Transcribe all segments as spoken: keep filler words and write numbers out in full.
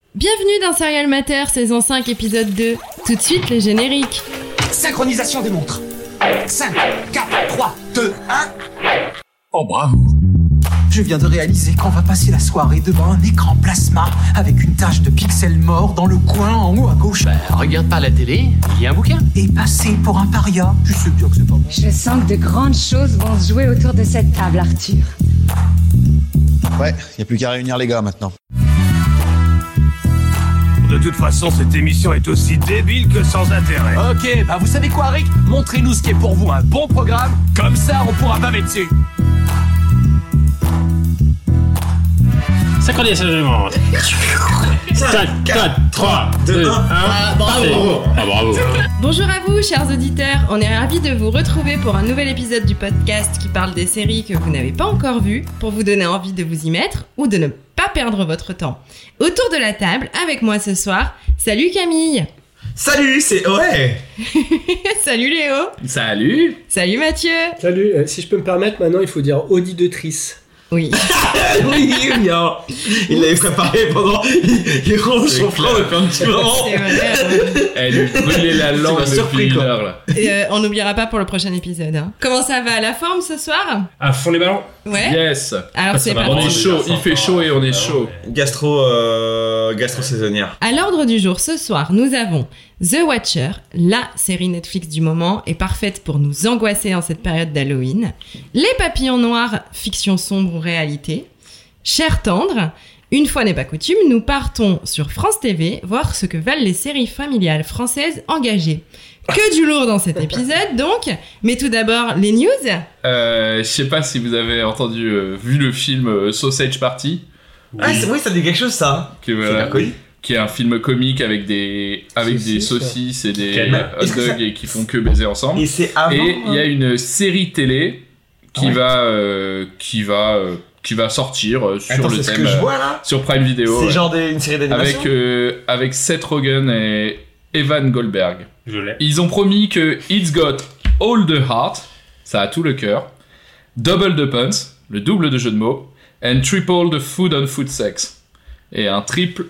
Bienvenue dans Serial Matter, saison cinq, épisode deux. Tout de suite, le générique. Synchronisation des montres. cinq, quatre, trois, deux, un... Oh bravo. Je viens de réaliser qu'on va passer la soirée devant un écran plasma avec une tache de pixels morts dans le coin en haut à gauche. Bah, regarde pas la télé, il y a un bouquin. Et passer pour un paria. Je sais bien que c'est pas bon. Je sens que de grandes choses vont se jouer autour de cette table, Arthur. Ouais, y a plus qu'à réunir les gars maintenant. De toute façon, cette émission est aussi débile que sans intérêt. Ok, bah vous savez quoi, Rick? Montrez-nous ce qui est pour vous un bon programme, comme ça on pourra baver dessus. Synchronisation de montre. cinq, quatre, trois, deux, un. Ah, bravo. Ah, bravo. Bonjour à vous, chers auditeurs. On est ravis de vous retrouver pour un nouvel épisode du podcast qui parle des séries que vous n'avez pas encore vues, pour vous donner envie de vous y mettre ou de ne pas perdre votre temps. Autour de la table, avec moi ce soir, salut Camille. Salut, c'est ouais. Salut Léo. Salut. Salut Mathieu. Salut, euh, si je peux me permettre, maintenant il faut dire auditrice. Oui. Oui, bien. Il l'avait préparé pendant. Il, il range son flanc depuis un petit moment. C'est vrai. euh, Elle lui brûlait la langue depuis surpris, une quoi. heure là. Et euh, on n'oubliera pas pour le prochain épisode. Hein. Comment ça va, la forme ce soir? À fond les ballons. Ouais. Yes. Alors Ah, c'est ça va parti. On est chaud, il fait chaud et on est chaud. Gastro, euh, gastro saisonnière. À l'ordre du jour ce soir, nous avons The Watcher, la série Netflix du moment et parfaite pour nous angoisser en cette période d'Halloween. Les Papillons Noirs, fiction sombre ou réalité. Cher tendre, une fois n'est pas coutume, nous partons sur France T V voir ce que valent les séries familiales françaises engagées. Que du lourd dans cet épisode donc, mais tout d'abord les news. Euh, je sais pas si vous avez entendu, euh, vu le film euh, Sausage Party. Ah, c'est vrai, ça dit quelque chose ça. Que, C'est voilà, bien connu. qui est un film comique avec des, avec des Saucisses, saucisses et des Quel- hot Est-ce que dogs ça- et qui font que baiser ensemble. Et c'est avant. Et il y a une série télé qui Ah ouais. va, euh, qui va, euh, qui va sortir euh, sur Attends, le c'est ce thème que je euh, vois là. sur Prime Video. C'est ouais. genre des- une série d'animation. avec euh, avec Seth Rogen et Evan Goldberg. Je l'ai. Ils ont promis que It's Got All the Heart, ça a tout le cœur, Double the Puns, le double de jeu de mots, and Triple the Food on Food Sex, et un triple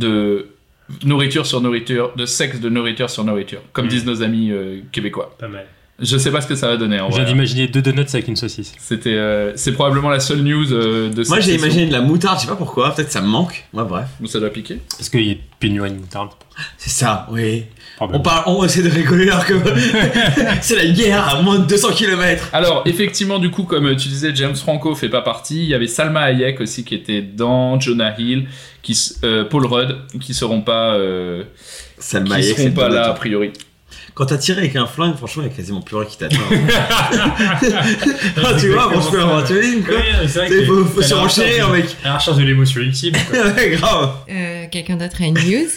de nourriture sur nourriture, de sexe de nourriture sur nourriture, comme Mm. disent nos amis euh, québécois. Pas mal. Je sais pas ce que ça va donner en Je viens vrai. d'imaginer deux donuts avec une saucisse. C'était, euh, c'est probablement la seule news euh, de cette Moi j'ai session. imaginé de la moutarde, je sais pas pourquoi, peut-être ça me manque. Ouais, bref. Bon, ça doit piquer. Parce qu'il y a pénurie de moutarde. C'est ça, oui. Problème. On parle, on essaie de rigoler alors que c'est la guerre à moins de deux cents kilomètres. Alors, effectivement, du coup, comme tu disais, James Franco fait pas partie. Il y avait Salma Hayek aussi qui était dans Jonah Hill, qui, s- euh, Paul Rudd, qui seront pas, euh, Ça qui m'a seront pas là a priori. Quand t'as tiré avec un flingue, franchement, il y a quasiment plus rien qui t'atteint. Ah, tu vois, franchement, tu imagines quoi. c'est vrai Il faut, faut surenchérir, mec. À la recherche de l'émotion ultime. Ouais, grave. Euh, quelqu'un d'autre a une news?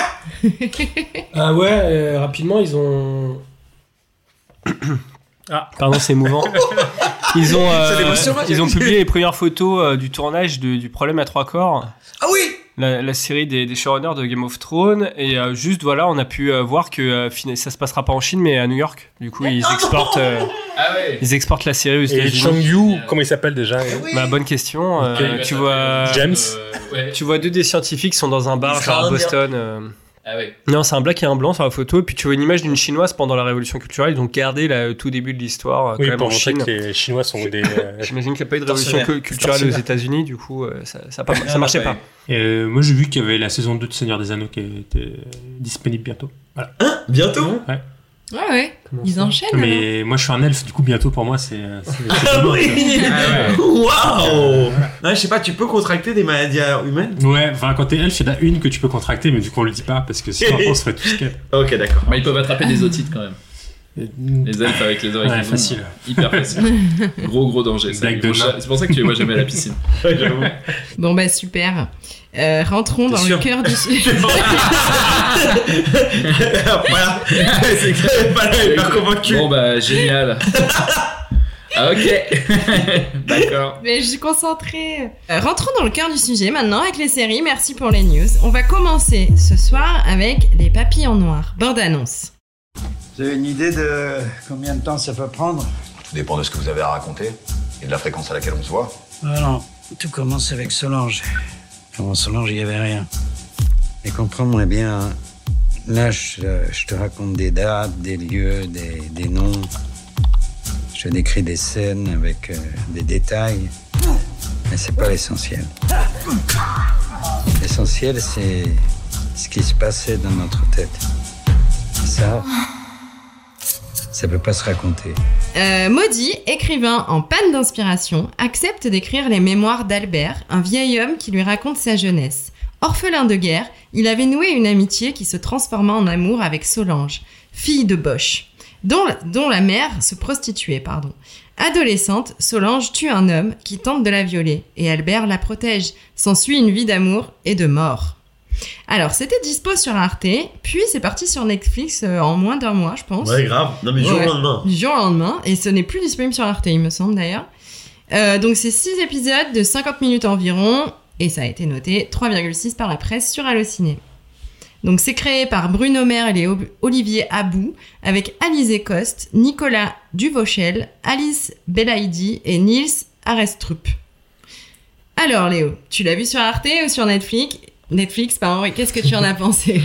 Ah ouais, euh, rapidement, ils ont... Ah, pardon, c'est émouvant. Ils ont, euh, C'est l'émotion, là, ils ont j'ai- publié les premières photos euh, du tournage de- du Problème à trois corps, Ah oui. la, la série des, des showrunners de Game of Thrones. Et euh, juste, voilà, on a pu euh, voir que euh, fina- ça se passera pas en Chine, mais à New York. Du coup, ils exportent, euh, Ah ouais. ils exportent la série aux Et États-Unis. Chong-Yu, comment il s'appelle déjà? Bah, bonne question. Euh, Ok. tu vois, James. Euh, ouais. tu vois deux des scientifiques qui sont dans un bar genre à Boston. euh, Ah ouais. Non, c'est un black et un blanc sur la photo. Et puis tu vois une image d'une chinoise pendant la révolution culturelle. Ils ont gardé là, le tout début de l'histoire euh, quand Oui, même pour en montrer Chine. que les Chinois sont des. euh, J'imagine qu'il n'y a pas eu de révolution Tortionnaire. cu- culturelle aux Tortionnaire. États-Unis, du coup euh, ça, ça, a pas- Ah, ça marchait ouais. pas. Et, euh, moi j'ai vu qu'il y avait la saison deux de Seigneur des Anneaux qui était euh, disponible bientôt. Voilà. Bientôt. Ah Ouais, ouais. Ils enchaînent. alors. Mais moi je suis un elfe, du coup bientôt pour moi c'est. euh, c'est- c'est Ah bon, oui. Ah ouais. Waouh. Non, je sais pas, tu peux contracter des maladies humaines. ça. Ouais, enfin quand t'es elfe, il y en a une que tu peux contracter, mais du coup on le dit pas parce que sinon après, on se ferait tout skate. Ok, d'accord. Mais ils peuvent attraper des otites quand même. Les elfes avec les oreilles Ouais, qui font, facile. euh, hyper facile. Gros gros danger. ça. Blague de Gros nain. chat. C'est pour ça que tu les vois jamais à la piscine. Bon bah super. Euh, rentrons T'es dans sûr le cœur du sujet. Voilà. C'est que pas là, il m'a convaincu. Bon bah génial. Ah, ok. D'accord. Mais je suis concentrée. Euh, rentrons dans le cœur du sujet maintenant avec les séries. Merci pour les news. On va commencer ce soir avec Les Papillons Noirs. Bande annonce. Vous avez une idée de combien de temps ça peut prendre? Tout dépend de ce que vous avez à raconter et de la fréquence à laquelle on se voit. Ah non, tout commence avec Solange. Avant Solange, il n'y avait rien. Et comprends-moi bien, hein. Là, je, je te raconte des dates, des lieux, des, des noms. Je décris des scènes avec euh, des détails. Mais c'est pas l'essentiel. L'essentiel, c'est ce qui se passait dans notre tête. Ça, ça peut pas se raconter. Euh, Maudit, écrivain en panne d'inspiration, accepte d'écrire les mémoires d'Albert, un vieil homme qui lui raconte sa jeunesse. Orphelin de guerre, il avait noué une amitié qui se transforma en amour avec Solange, fille de Bosch, dont, dont la mère se prostituait. Pardon. Adolescente, Solange tue un homme qui tente de la violer et Albert la protège. S'ensuit une vie d'amour et de mort. Alors, c'était dispo sur Arte, puis c'est parti sur Netflix euh, en moins d'un mois, je pense. Ouais, grave. Non, mais du jour Ouais. au lendemain. Du jour au lendemain, et ce n'est plus disponible sur Arte, il me semble d'ailleurs. Euh, donc, c'est six épisodes de cinquante minutes environ, et ça a été noté trois virgule six par la presse sur Allociné. Donc, c'est créé par Bruno Merle et Olivier Abou, avec Alizé Coste, Nicolas Duvauchel, Alice Belaïdi et Niels Arestrup. Alors, Léo, tu l'as vu sur Arte ou sur Netflix Netflix, pardon, et qu'est-ce que tu en as pensé?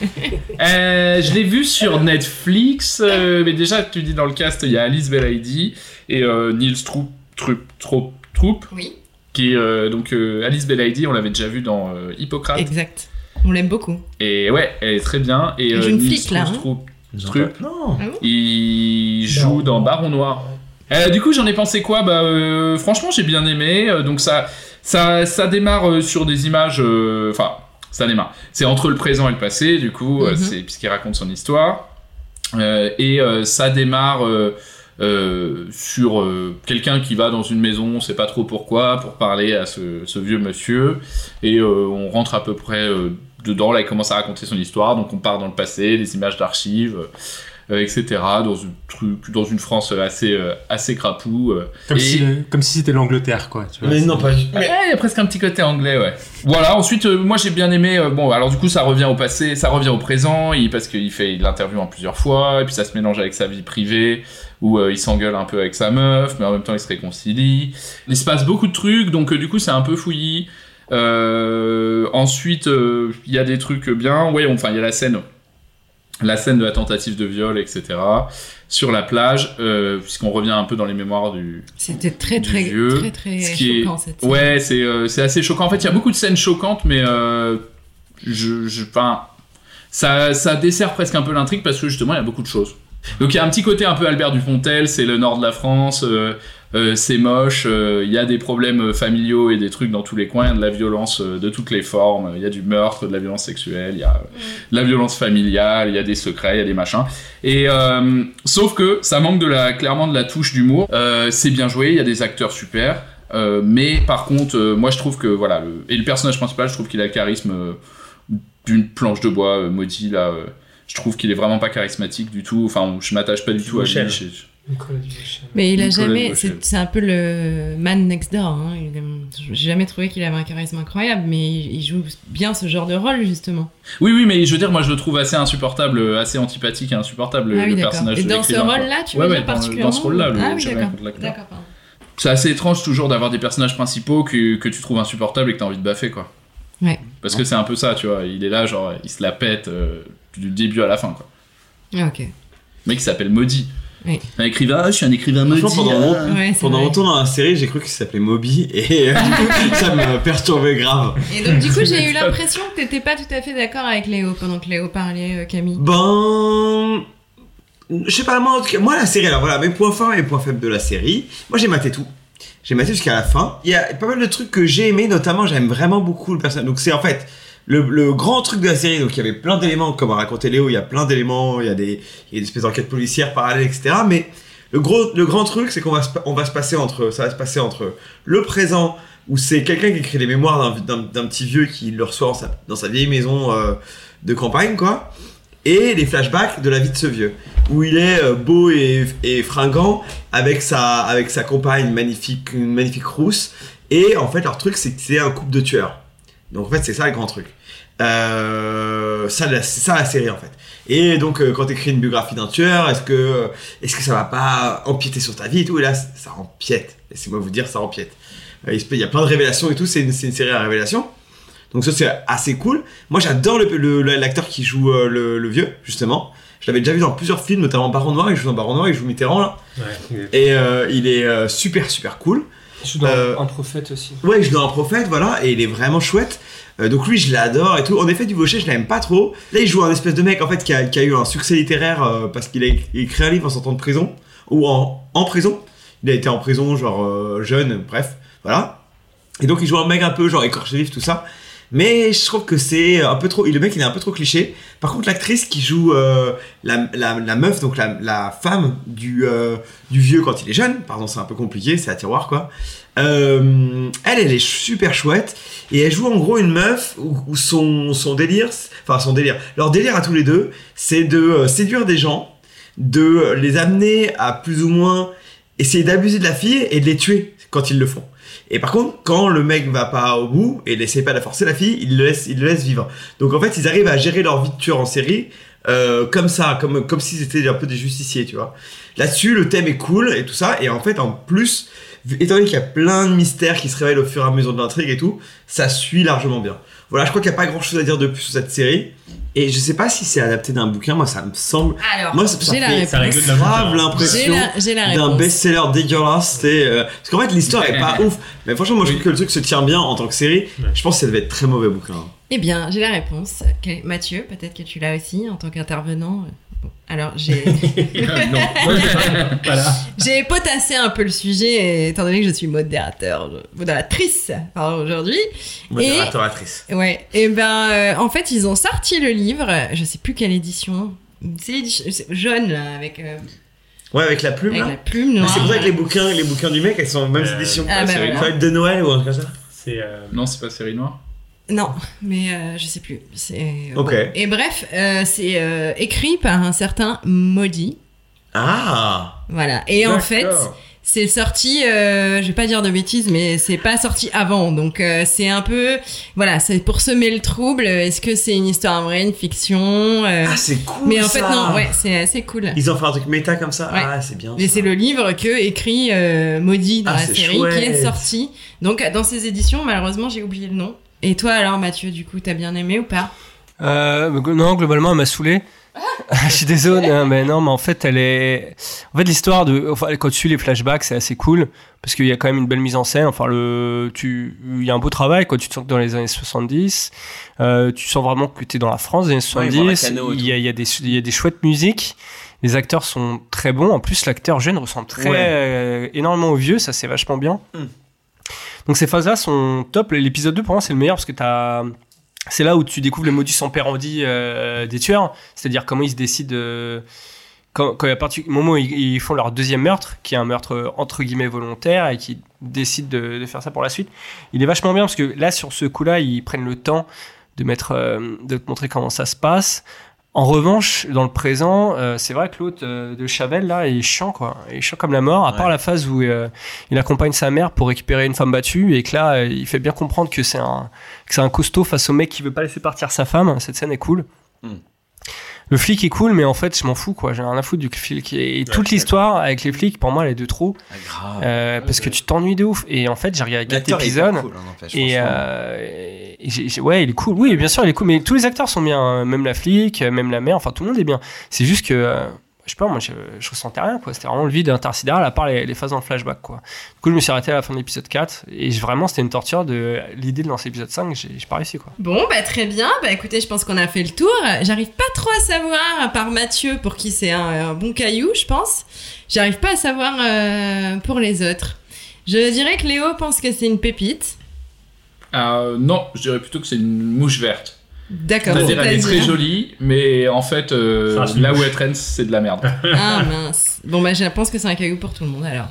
Euh, je l'ai vu sur Netflix, euh, mais déjà tu dis dans le cast il y a Alice Belaïdi et euh, Niels Troup, Troup, Troup, Troup, Oui. qui est euh, donc euh, Alice Belaïdi, on l'avait déjà vu dans euh, Hippocrate. Exact. On l'aime beaucoup. Et ouais, elle est très bien. Et Elle euh, joue une Niels flic, là, hein. Troup, Troup, Non. Ah bon il joue dans Baron Noir. Euh, du coup, j'en ai pensé quoi? Bah, euh, franchement, j'ai bien aimé. Euh, donc ça, ça, ça démarre euh, sur des images. Enfin, euh, ça démarre. C'est entre le présent et le passé. Du coup, mm-hmm. euh, c'est puisqu'il raconte son histoire. Euh, et euh, ça démarre euh, euh, sur euh, quelqu'un qui va dans une maison, on sait pas trop pourquoi, pour parler à ce, ce vieux monsieur. Et euh, on rentre à peu près euh, dedans. Là, il commence à raconter son histoire. Donc, on part dans le passé, des images d'archives. Euh, et cetera, dans une, truc, dans une France assez, euh, assez crapou. Euh, comme, et... si, comme si c'était l'Angleterre, quoi. Tu vois, mais c'est... non, pas du tout. Il ouais, y a presque un petit côté anglais, ouais. Voilà, ensuite, euh, moi j'ai bien aimé. Euh, bon, alors du coup, ça revient au passé, ça revient au présent, il, parce qu'il fait il l'interview en plusieurs fois, et puis ça se mélange avec sa vie privée, où euh, il s'engueule un peu avec sa meuf, mais en même temps il se réconcilie. Il se passe beaucoup de trucs, donc euh, du coup, c'est un peu fouillis. Euh, ensuite, il euh, y a des trucs bien. Ouais, enfin, il y a la scène. La scène de la tentative de viol, et cetera. Sur la plage, euh, puisqu'on revient un peu dans les mémoires du C'était très, du très, vieux, très, très, ce très qui choquant, est... cette scène. Ouais, c'est, euh, c'est assez choquant. En fait, il y a beaucoup de scènes choquantes, mais euh, je, je, enfin, ça, ça dessert presque un peu l'intrigue parce que justement, il y a beaucoup de choses. Donc, il y a un petit côté un peu Albert Dupontel, c'est le nord de la France, euh, euh, c'est moche, il euh, y a des problèmes familiaux et des trucs dans tous les coins, il y a de la violence euh, de toutes les formes, il y a du meurtre, de la violence sexuelle, il y a euh, de la violence familiale, il y a des secrets, il y a des machins. Et euh, sauf que ça manque de la, clairement de la touche d'humour. Euh, c'est bien joué, il y a des acteurs super, euh, mais par contre, euh, moi je trouve que voilà, le, et le personnage principal, je trouve qu'il a le charisme euh, d'une planche de bois, euh, Maudit là. Euh, je trouve qu'il est vraiment pas charismatique du tout. Enfin, je m'attache pas du tout à lui. Je... Mais il a Nicolas jamais. C'est, c'est un peu le man next door. Hein. Il, j'ai jamais trouvé qu'il avait un charisme incroyable, mais il, il joue bien ce genre de rôle justement. Oui, oui, mais je veux dire, moi je le trouve assez insupportable, assez antipathique et insupportable, ah, oui, le d'accord. personnage. Et de dans ce rôle-là, tu ouais, veux ouais, dire dans, particulièrement. dans ce rôle-là, le ah, oui, jamais d'accord. contre l'acteur. D'accord, pardon. C'est assez étrange toujours d'avoir des personnages principaux que, que tu trouves insupportables et que t'as envie de baffer, quoi. Ouais. Parce que c'est un peu ça, tu vois. Il est là, genre, il se la pète euh, du début à la fin, quoi. Ah, ok. Le mec, il s'appelle Maudit. Oui. Un écrivain, ah, je suis un écrivain maudit. Pendant, hein. Ouais, pendant longtemps dans la série, j'ai cru qu'il s'appelait Moby et euh, du coup, ça me perturbait grave. Et donc, du coup, j'ai eu l'impression que t'étais pas tout à fait d'accord avec Léo pendant que Léo parlait, euh, Camille. Ben. Je sais pas, moi, en tout cas, moi, la série, alors voilà, mes points forts et mes points faibles de la série. Moi, j'ai maté tout. J'ai maté jusqu'à la fin. Il y a pas mal de trucs que j'ai aimé, notamment, j'aime vraiment beaucoup le personnage. Donc, c'est en fait. Le, le grand truc de la série, donc il y avait plein d'éléments, comme a raconté Léo, il y a plein d'éléments, il y a des, il y a des espèces d'enquêtes policières parallèles, et cetera. Mais le gros, le grand truc, c'est qu'on va se, on va se passer entre, ça va se passer entre le présent, où c'est quelqu'un qui écrit les mémoires d'un, d'un, d'un petit vieux qui le reçoit dans sa, dans sa vieille maison euh, de campagne, quoi, et les flashbacks de la vie de ce vieux, où il est euh, beau et, et fringant avec sa, avec sa compagne magnifique, une magnifique rousse, et en fait leur truc, c'est que c'est un couple de tueurs. Donc en fait c'est ça le grand truc. Euh, ça, c'est ça la série en fait. Et donc euh, quand t'écris une biographie d'un tueur, est-ce que est-ce que ça va pas empiéter sur ta vie et tout? Et là ça empiète. Laissez-moi vous dire, ça empiète. Euh, il y a plein de révélations et tout. C'est une, c'est une série à révélation. Donc ça c'est assez cool. Moi j'adore le, le, l'acteur qui joue euh, le, le vieux, justement. Je l'avais déjà vu dans plusieurs films, notamment Baron Noir. Il joue dans Baron Noir, il joue Mitterrand là. Ouais. Et euh, il est euh, super super cool. Il joue dans Euh, Un Prophète aussi. Ouais, il joue dans Un Prophète, voilà, et il est vraiment chouette. Euh, donc lui, je l'adore et tout. En effet, Duvaucher, je l'aime pas trop. Là, il joue un espèce de mec en fait qui a, qui a eu un succès littéraire euh, parce qu'il a écrit un livre en sortant de prison ou en, en prison. Il a été en prison, genre euh, jeune, bref, voilà. Et donc il joue un mec un peu genre écorché vif, tout ça. Mais je trouve que c'est un peu trop. Le mec, il est un peu trop cliché. Par contre, l'actrice qui joue euh, la, la, la meuf, donc la, la femme du, euh, du vieux quand il est jeune, pardon, c'est un peu compliqué, c'est à tiroir quoi. Euh, elle, elle est super chouette. Et elle joue en gros une meuf où, où son, son délire, enfin son délire, leur délire à tous les deux, c'est de euh, séduire des gens, de les amener à plus ou moins essayer d'abuser de la fille et de les tuer quand ils le font. Et par contre, quand le mec va pas au bout et n'essaie pas de la forcer, la fille, il le laisse, il le laisse vivre. Donc en fait, ils arrivent à gérer leur vie de tueur en série euh, comme ça, comme comme s'ils étaient un peu des justiciers, tu vois. Là-dessus, le thème est cool et tout ça. Et en fait, en plus, étant donné qu'il y a plein de mystères qui se révèlent au fur et à mesure de l'intrigue et tout, ça suit largement bien. Voilà, je crois qu'il n'y a pas grand-chose à dire de plus sur cette série. Et je sais pas si c'est adapté d'un bouquin, moi ça me semble. Alors, moi, ça, ça j'ai la fait réponse. grave l'impression J'ai la- j'ai la d'un réponse. best-seller dégueulasse. C'est, euh, parce qu'en fait, l'histoire est pas ouf. Mais franchement, moi je trouve que le truc se tient bien en tant que série. Je pense que ça devait être très mauvais bouquin. Eh bien, j'ai la réponse. Quel- Mathieu, peut-être que tu l'as aussi en tant qu'intervenant. Bon, alors, j'ai non. Voilà. j'ai potassé un peu le sujet, étant donné que je suis modérateur, modératrice pardon, aujourd'hui. Modératrice. Ouais, et ben, euh, en fait, ils ont sorti le livre, je sais plus quelle édition. C'est l'édition c'est jaune, là, avec, euh, Ouais, avec la plume. avec là. la plume Mais noire. c'est pour ça que les bouquins, les bouquins du mec, elles sont aux mêmes Euh, éditions. Ah, bah, c'est voilà. une fête de Noël ou un truc comme ça. C'est. euh, Non, c'est pas série noire. Non, mais euh, je sais plus. C'est... Ok. bon. Et bref, euh, c'est euh, écrit par un certain Maudit. Ah. Voilà. Et en fait, D'accord. c'est sorti, euh, je vais pas dire de bêtises, mais c'est pas sorti avant. Donc euh, c'est un peu, voilà, c'est pour semer le trouble. Est-ce que c'est une histoire vraie, une fiction euh, Ah, c'est cool. Mais en ça. fait non, ouais, c'est assez cool. Ils ont fait un truc méta comme ça. Ouais. Ah, c'est bien. Et ça. c'est le livre que écrit euh, Maudit dans Ah, la c'est série qui est chouette. sorti. Donc dans ces éditions, malheureusement, j'ai oublié le nom. Et toi alors, Mathieu, du coup, t'as bien aimé ou pas? Euh, non, globalement, elle m'a saoulé. Je suis désolé, hein, mais non, mais en fait, elle est. En fait, l'histoire de. Enfin, quand tu suis les flashbacks, c'est assez cool parce qu'il y a quand même une belle mise en scène. Enfin, le, tu, il y a un beau travail quand tu te sens que dans les années soixante-dix. Euh, tu sens vraiment que tu es dans la France des années Ouais, ils vont à soixante-dix. Cano et il y a, il y a des, il y a des chouettes musiques. Les acteurs sont très bons. En plus, l'acteur jeune ressemble très Ouais. euh, énormément au vieux. Ça, c'est vachement bien. Mm. Donc ces phases-là sont top. L'épisode deux, pour moi, c'est le meilleur parce que t'as. C'est là où tu découvres le modus operandi euh, des tueurs, c'est-à-dire comment ils se décident. Euh, quand, quand il y a parti, au moment où ils, ils font leur deuxième meurtre, qui est un meurtre euh, entre guillemets volontaire et qui décident de, de faire ça pour la suite, il est vachement bien parce que là, sur ce coup-là, ils prennent le temps de mettre, euh, de te montrer comment ça se passe. En revanche, dans le présent, euh, c'est vrai que l'autre euh, de Chavel, là, il est chiant, quoi. Il est chiant comme la mort, à part Ouais. la phase où euh, il accompagne sa mère pour récupérer une femme battue et que là, euh, il fait bien comprendre que c'est un, que c'est un costaud face au mec qui veut pas laisser partir sa femme. Cette scène est cool. Mm. Le flic est cool, mais en fait, je m'en fous, quoi. J'ai rien à foutre du flic. Et Ouais, toute je suis l'histoire avec les flics, pour moi, elle est de trop. Ah, grave. Euh, parce que tu t'ennuies de ouf. Et en fait, j'ai regardé quatre L'acteur est épisodes. hyper cool, hein, n'empêche, Et, franchement. euh, et j'ai- j'ai- ouais, il est cool. Oui, bien sûr, il est cool. Mais tous les acteurs sont bien. hein. Même la flic, même la mère. Enfin, tout le monde est bien. C'est juste que, euh, je sais pas, moi, je, je ressentais rien, quoi. C'était vraiment le vide intersidéral, à part les, les phases dans le flashback, quoi. Du coup, je me suis arrêté à la fin de l'épisode quatre. Et je- vraiment, c'était une torture de l'idée de lancer l'épisode cinq. J'ai j'ai pas réussi, quoi. Bon, bah très bien. Bah écoutez, je pense qu'on a fait le tour. J'arrive pas trop à savoir, à part Mathieu, pour qui c'est un, un bon caillou, je pense. J'arrive pas à savoir euh, pour les autres. Je dirais que Léo pense que c'est une pépite. Euh, non, je dirais plutôt que c'est une mouche verte. D'accord. C'est-à-dire, elle est très c'est-à-dire- jolie, mais en fait, euh, Ça reste une là où mouche. elle traîne, c'est de la merde. Ah mince. Bon, bah je pense que c'est un caillou pour tout le monde alors.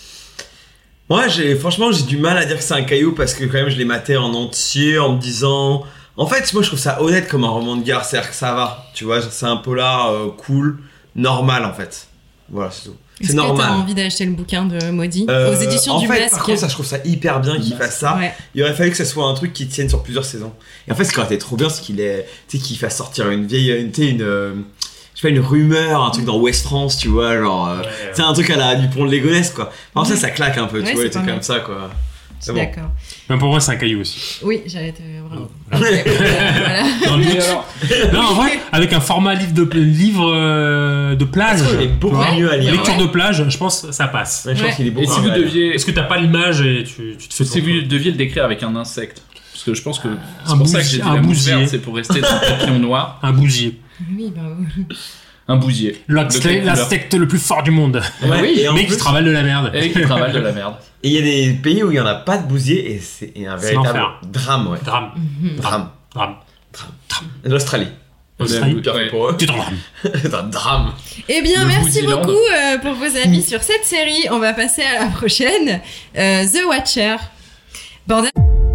Moi, j'ai, franchement, j'ai du mal à dire que c'est un caillou parce que quand même, je l'ai maté en entier en me disant. En fait, moi, je trouve ça honnête comme un roman de gare, c'est-à-dire que ça va. Tu vois, c'est un polar euh, cool, normal en fait. Voilà, c'est tout. Est-ce C'est que t'as normal. envie d'acheter le bouquin de Maudit Euh, aux éditions en du fait, Masque? par contre, ça, je trouve ça hyper bien qu'il fasse ça. Ouais. Il aurait fallu que ça soit un truc qui tienne sur plusieurs saisons. Et en fait, ce qui aurait été trop bien, c'est qu'il est, tu sais, qu'il fasse sortir une vieille, une, tu sais, une, euh, je sais pas, une rumeur, un truc dans West France, tu vois, genre, euh, Ouais, c'est un truc à la Dupont de Ligonnès, quoi. Par contre, ça, ça claque un peu, Ouais, tu vois, c'est les trucs pas comme mal. ça, quoi. suis bon. d'accord. Même pour moi, c'est un caillou aussi. Oui, j'allais te. Bravo. Voilà. Voilà. Dans le Et mix. alors, Non, en vrai, avec un format livre de, livre, euh, de plage, Parce qu'il est beaucoup tu vois, mieux à lire. lecture Ouais. de plage, je pense que ça passe. Ouais, je pense Ouais. qu'il est et beaucoup si vous mieux à lire. deviez, Est-ce que t'as pas l'image et tu, tu te fais si ton vous truc. deviez le décrire avec un insecte, parce que je pense que c'est Un pour ça que j'ai bousier- dit un la mouche bousier. verte, c'est pour rester dans le papillon noir. Un bousier. Oui, bravo. Un bousier. L'insecte De quelle couleur l'insecte le plus fort du monde. Ouais, Oui, et en Mais qui plus- travaille de la merde. Et qui travaille de la merde. Et il y a des pays où il n'y en a pas de bousier et c'est un C'est véritable l'enfer. drame, ouais. Drame. Drame. Drame. L'Australie. Australie. Pire que pour eux. Tu t'en drame. C'est un drame. Eh bien, Le merci Boudiland. beaucoup euh, pour vos avis sur cette série. On va passer à la prochaine. Euh, The Watcher. Bordel.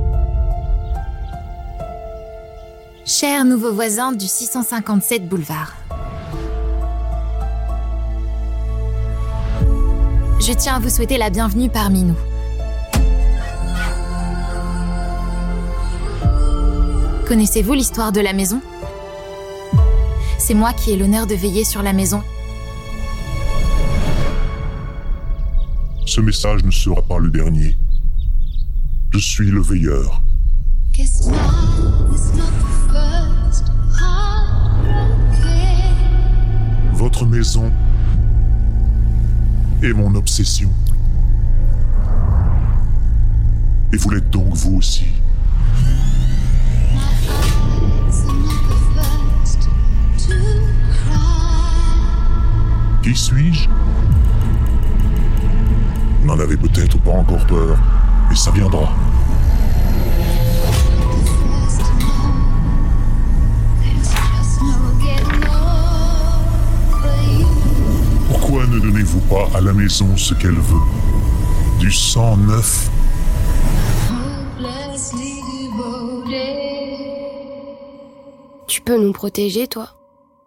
Chers nouveaux voisins du six cent cinquante-sept boulevard. Je tiens à vous souhaiter la bienvenue parmi nous. Connaissez-vous l'histoire de la maison ? C'est moi qui ai l'honneur de veiller sur la maison. Ce message ne sera pas le dernier. Je suis le veilleur. Votre maison est mon obsession. Et vous l'êtes donc vous aussi. Qui suis-je ? N'en avez peut-être pas encore peur, mais ça viendra. Pourquoi ne donnez-vous pas à la maison ce qu'elle veut ? Du sang neuf ? Tu peux nous protéger, toi ?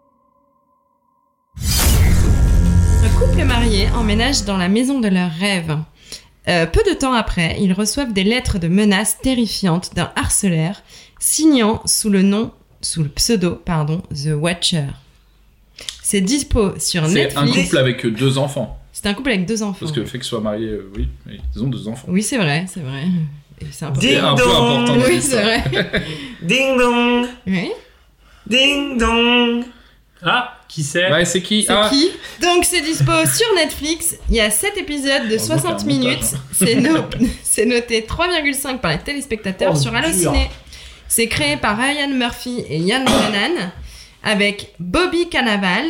Un couple marié emménage dans la maison de leurs rêves. Euh, peu de temps après, ils reçoivent des lettres de menaces terrifiantes d'un harceleur signant sous le nom, sous le pseudo, pardon, The Watcher. C'est dispo sur C'est Netflix. un couple avec deux enfants. C'est un couple avec deux enfants. Parce que le fait qu'ils soient mariés, euh, oui, mais ils ont deux enfants. Oui, c'est vrai, c'est vrai. Et c'est important. Ding un peu dong. important. dans Oui, l'histoire. c'est vrai. Ding dong. Oui. Ding dong. Ah, qui c'est Ouais, c'est qui C'est Ah, qui Donc c'est dispo sur Netflix. Il y a sept épisodes de On va soixante faire un minutes. montage. C'est no- c'est noté trois virgule cinq par les téléspectateurs Oh, sur dur. Allociné. C'est créé par Ryan Murphy et Ian Brennan avec Bobby Cannavale,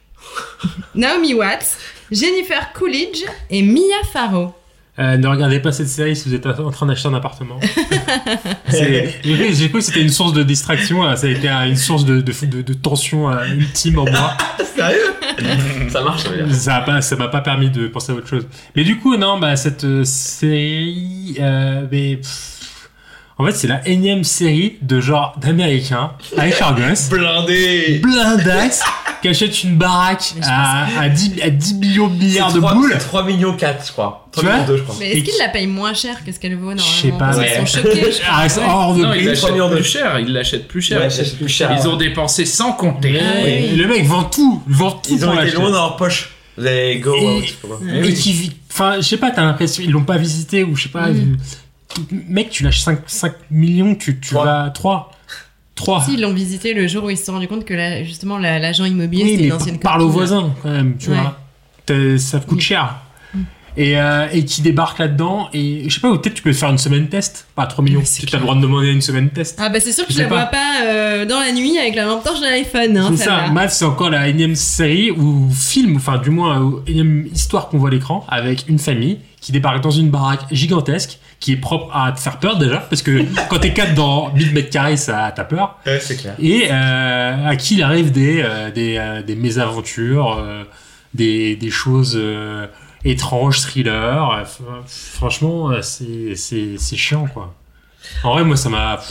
Naomi Watts, Jennifer Coolidge et Mia Farrow. Euh, ne regardez pas cette série si vous êtes en train d'acheter un appartement. C'est- J'ai cru, j'ai cru que c'était une source de distraction, hein. Ça a été euh, une source de, de, de, de tension euh, ultime en moi. Sérieux? Ça marche, ça veut dire. Ça a pas, ça m'a pas permis de penser à autre chose. Mais du coup, non, bah cette euh, série, euh, mais pff, en fait, c'est la énième série de genre d'américains avec leurs gosses, Blindé. blindax, qui achètent une baraque Mais je à, à, dix, à dix millions de milliards de boules. trois millions quatre, je crois. Tu trois millions vois deux, je crois. Mais Et est-ce qu'ils qui- la payent moins cher que ce qu'elle vaut normalement? Je sais pas, Parce ouais. qu'ils sont choqués. je Ah, c'est crois. hors de non, prix. ils l'achètent millions de- plus cher. Ils l'achètent plus cher. Ouais, c'est plus cher. Ils ont dépensé sans compter. Ah oui. Et le mec vend tout, vend tout Ils pour ont été l'acheter. loin dans leur poche. Les go Et- out, je sais pas quoi. Et qui vit. Enfin, je sais pas, t'as l'impression, ils l'ont pas visité ou je sais pas. Mm. ils- Mec, tu lâches cinq, cinq millions, tu, tu Trois. vas. trois. trois. Si, ils l'ont visité le jour où ils se sont rendus compte que là, justement la- l'agent immobilier Oui, c'était une mais ancienne parle aux copine. voisins quand même, tu Ouais. vois. T'as- Ça coûte Mm. cher. Et, euh, et qui débarque là-dedans, et je sais pas, ou peut-être tu peux te faire une semaine test, pas trois millions. Ouais, c'est Tu as le droit de demander une semaine test. Ah bah c'est sûr que Je je la sais vois pas. pas euh, dans la nuit avec la lampe torche de l'iPhone. Hein, C'est ça, celle-là. Math, c'est encore la énième série ou film, enfin du moins euh, énième histoire qu'on voit à l'écran avec une famille qui débarque dans une baraque gigantesque qui est propre à te faire peur déjà, parce que quand t'es quatre dans mille mètres carrés, ça t'as peur. Ouais, c'est clair. Et euh, à qui il arrive des, euh, des, euh, des mésaventures, euh, des, des choses euh, étranges, thrillers. Euh, f- franchement, euh, c'est, c'est, c'est chiant quoi. En vrai, moi ça m'a.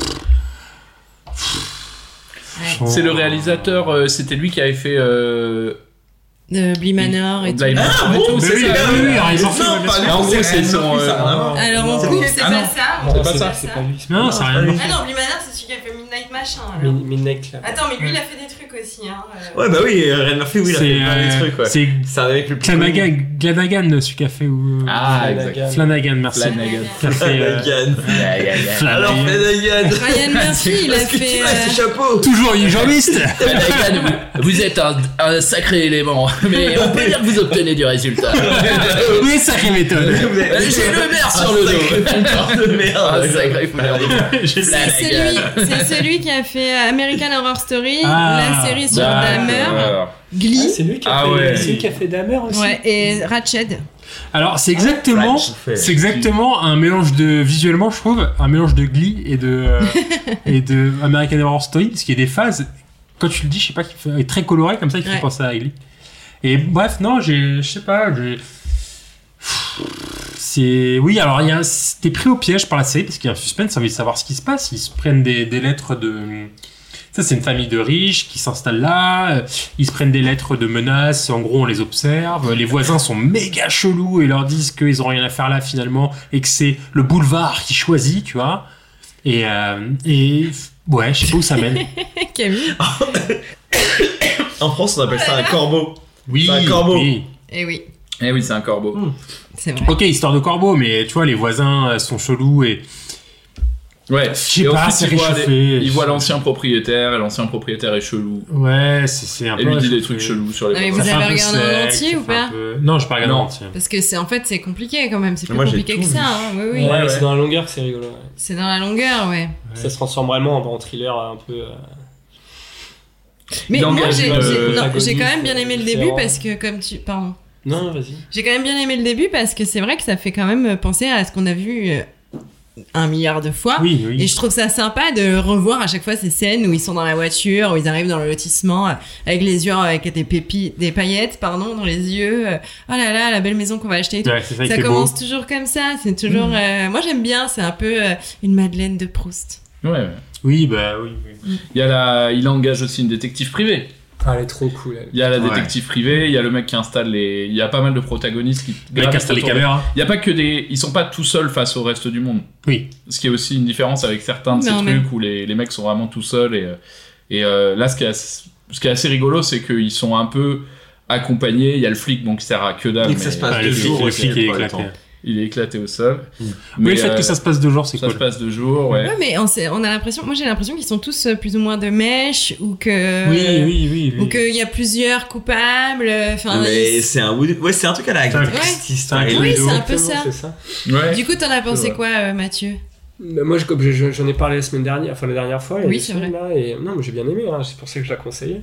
Ouais. C'est le réalisateur, euh, c'était lui qui avait fait. Euh, De Bly Manor et tout. Bly Manor Ah et bon, tout, Mais c'est oui, ça. bah oui, oui, Non, ils ont pas fait- lui, En gros, c'est c'est Ryan son, Murphy, ça a euh, rien à voir. Alors on C'est coupe, lui. c'est Ah pas non. ça. Non, on c'est coupe, pas c'est ça. pas Non, c'est rien. Ah non, Bly Manor c'est celui qui a fait Midnight Machin. alors. Midnight Club. Attends, mais lui il a fait des trucs trucs aussi. Hein, euh... Ouais, bah oui, Ryan Murphy, oui, il a fait plein euh, des trucs. Ouais. C'est C'est avec le plus Flanagan, connu. Glanagan, celui qui a fait. Ou... Ah, Flanagan. exact. Flanagan, merci. Flanagan. Qui a fait, euh, Flanagan. Alors, Flanagan. Ryan Murphy, il a Parce que tu fait. vois, euh, ce chapeau. Toujours il est jambiste. Flanagan, vous, vous êtes un, un sacré élément, mais on peut dire que vous obtenez du résultat. Oui, sacrée méthode. J'ai le maire sur le dos. De merde. Un sacré fouteur de C'est celui, c'est celui qui a fait American Horror Story, Ah, la série sur Dahmer, D'accord. Glee, Ah, c'est lui qui a Ah fait, ouais. c'est lui qui a fait Dahmer aussi. ouais, et Ratched. Alors c'est exactement, Flash. c'est exactement un mélange de visuellement, je trouve, un mélange de Glee et de euh, et de American Horror Story, parce qu'il y a des phases. Quand tu le dis, je sais pas, qui fait est très coloré comme ça, qui Ouais. fait penser à Glee. Et bref, non, j'ai, je sais pas, j'ai. C'est oui, alors il y a un... t'es pris au piège par la série parce qu'il y a un suspense, t'as envie de savoir ce qui se passe. Ils se prennent des, des lettres de. Ça, c'est une famille de riches qui s'installe là. Ils se prennent des lettres de menaces. En gros, on les observe. Les voisins sont méga chelous et leur disent qu'ils ont rien à faire là finalement et que c'est le boulevard qui choisit, tu vois. Et, euh, et ouais, je sais pas où ça mène. Camille. En France, on appelle ça un corbeau. Oui, C'est un corbeau. oui. Eh oui, Eh oui, c'est un corbeau. c'est vrai. Ok, histoire de corbeau, mais tu vois, les voisins euh, sont chelous et. Ouais, Je sais et pas, ensuite, c'est il voit, réchauffé. des- il voit l'ancien propriétaire, et l'ancien propriétaire est chelou. Ouais, c'est, c'est un Et peu. lui dit des réchauffé. trucs chelous sur les Non, mais voisins. vous Ça fait avez un peu regardé en sec, entier ça ou fait un pas peu- Non, je pas regardé en Non. entier. Parce que c'est en fait c'est compliqué quand même, c'est plus Moi, j'ai compliqué tout que vu. ça. Hein. Oui, oui. Ouais, Ouais, mais c'est ouais. dans la longueur que c'est rigolo. ouais. C'est dans la longueur, ouais. Ça se transforme vraiment en, en thriller un peu. euh, Mais Il moi engage j'ai, le j'ai- non, protagoniste, j'ai quand même bien aimé le début différent. parce que comme tu, pardon, Non, vas-y. j'ai quand même bien aimé le début parce que c'est vrai que ça fait quand même penser à ce qu'on a vu euh, un milliard de fois. Oui, oui. Et je trouve ça sympa de revoir à chaque fois ces scènes où ils sont dans la voiture, où ils arrivent dans le lotissement euh, avec les yeux, avec des pépites, des paillettes, pardon, dans les yeux. euh, Oh là là, la belle maison qu'on va acheter. Et tout. Ouais, c'est ça, il Ça fait commence beau. toujours comme ça. C'est toujours. euh, moi j'aime bien. C'est un peu euh, une Madeleine de Proust. Ouais, ouais. Oui, bah oui. oui. Il, y a la... il engage aussi une détective privée. Ah, elle est trop cool. Elle. Il y a la Ouais. détective privée, il y a le mec qui installe les. Il y a pas mal de protagonistes qui. Le mec qui installe les autour de- caméras. Il y a pas que des. Ils sont pas tout seuls face au reste du monde. Oui. Ce qui est aussi une différence avec certains de ces Non, trucs mais- où les, les mecs sont vraiment tout seuls. Et, euh, et euh, là, ce qui, est assez, ce qui est assez rigolo, c'est qu'ils sont un peu accompagnés. Il y a le flic, donc qui sert à que dalle. Et que ça mais se passe Ah, deux le flic, jours le aussi, flic, il est pas le éclaté. temps. Il est éclaté au sol. Oui, le fait euh, que ça se passe deux jours, c'est ça cool. se passe deux jours, ouais. Ouais, mais on, sait- on a l'impression. Moi j'ai l'impression qu'ils sont tous euh, plus ou moins de mèche ou que. Oui, oui, oui. Ou oui. qu'il y a plusieurs coupables. Enfin. Mais ils- c'est un Wood- ouais, c'est un truc à la Agatha Ouais. Christie, C'est un style. Oui, Cluedo. c'est un peu Exactement, ça. c'est ça. Ouais. Du coup, t'en as pensé Ouais. quoi, euh, Mathieu? Bah, moi, je- comme je- je- j'en ai parlé la semaine dernière, enfin la dernière fois. il y a Oui, deux c'est semaines, là, et non, mais j'ai bien aimé. Hein, c'est pour ça que je la conseillais.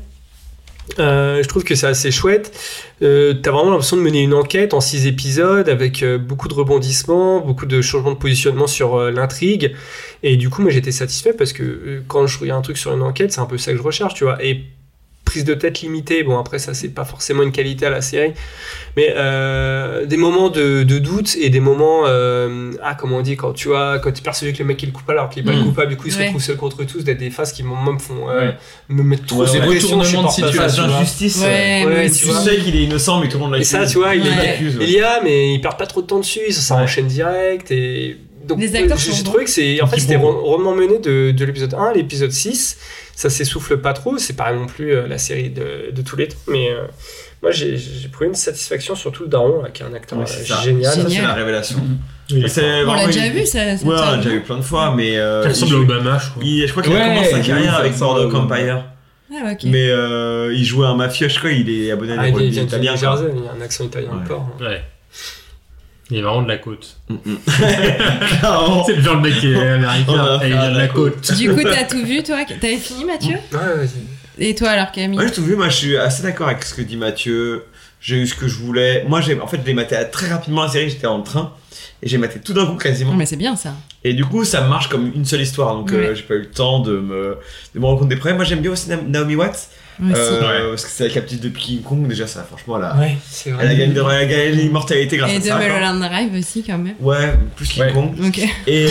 Euh, je trouve que c'est assez chouette. Euh, t'as vraiment l'impression de mener une enquête en six épisodes avec euh, beaucoup de rebondissements, beaucoup de changements de positionnement sur euh, l'intrigue. Et du coup, moi j'étais satisfait parce que euh, quand je regarde un truc sur une enquête, c'est un peu ça que je recherche, tu vois. Et prise de tête limitée, bon après ça c'est pas forcément une qualité à la série, mais euh, des moments de, de doute et des moments, euh, ah comment on dit, quand tu vois, quand tu es persuadé que le mec est le coupable alors qu'il est pas Mm. le coupable, du coup il se Ouais. retrouve seul contre tous, d'être des phases qui moi me font euh, Ouais. me mettre trop Ouais, sous ouais. pression, je Retournement de supporte pas ça, Phase tu vois. d'injustice. Ouais, moi Ouais, aussi. Tu sais qu'il est innocent, mais tout le monde Et l'accuse. ça, tu vois, il Ouais. est l'accuse, ouais. il y a, mais il perd pas trop de temps dessus, ça, ça Ouais. enchaîne direct et donc Les acteurs j'ai sont j'ai bons. trouvé que c'est en fait Ils c'était sont bons. ro- rondement mené de, de l'épisode un à l'épisode six, ça s'essouffle pas trop, c'est pas non plus euh, la série de, de tous les temps, mais euh, moi j'ai j'ai pris une satisfaction, surtout le daron là, qui est un acteur Ouais, euh, c'est ça. génial. Ça, c'est Génial. la révélation. Oui. C'est On vraiment l'a une- déjà vu, ça. ça Ouais, on t'a- l'a déjà vu plein de fois, mais. euh, Ça il ressemble à joue- Obama, je trouve. il- Je crois qu'il Ouais, a commencé sa oui, carrière ça avec ressemble à Border Obama. Empire. Ah, ok. Mais euh, il jouait un mafieux, je crois, il est abonné à Ah, des il produits vient de italiens. New quoi. Jersey, il y a un accent italien Ouais. fort. Ouais. Il est vraiment de la côte. Clairement. C'est le genre de mec qui est On va américain et il faire vient de de la la côte. Du coup, t'as tout vu, toi? T'avais fini, Mathieu? Ouais, ouais, Et toi, alors, Camille? Ouais, j'ai tout vu. Moi, je suis assez d'accord avec ce que dit Mathieu. J'ai eu ce que je voulais. Moi, j'ai, en fait, je l'ai maté très rapidement la série. J'étais en train et j'ai maté tout d'un coup quasiment. Non, mais c'est bien, ça. Et du coup, ça marche comme une seule histoire. Donc, euh, Ouais. j'ai pas eu le temps de me, de me rendre compte des problèmes. Moi, j'aime bien aussi Na- Naomi Watts. Moi aussi. Euh, Parce que c'est avec la petite de King Kong. Déjà, ça, franchement, là. ouais, c'est vrai. Elle a gagné, elle a gagné l'immortalité grâce Et à de ça. quoi. Mulholland Drive aussi, quand même. Ouais, plus King Ouais. Kong. Ok. Et, euh,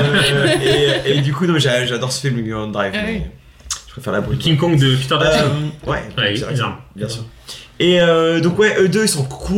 et, et du coup, non, j'a- j'adore ce film, Mulholland Drive. Ah mais oui. Je préfère la brute. King Kong de Peter Jackson. Euh, ouais, Ouais, Peter Jackson, énorme. bien sûr. Et euh, donc ouais, eux deux ils sont cool.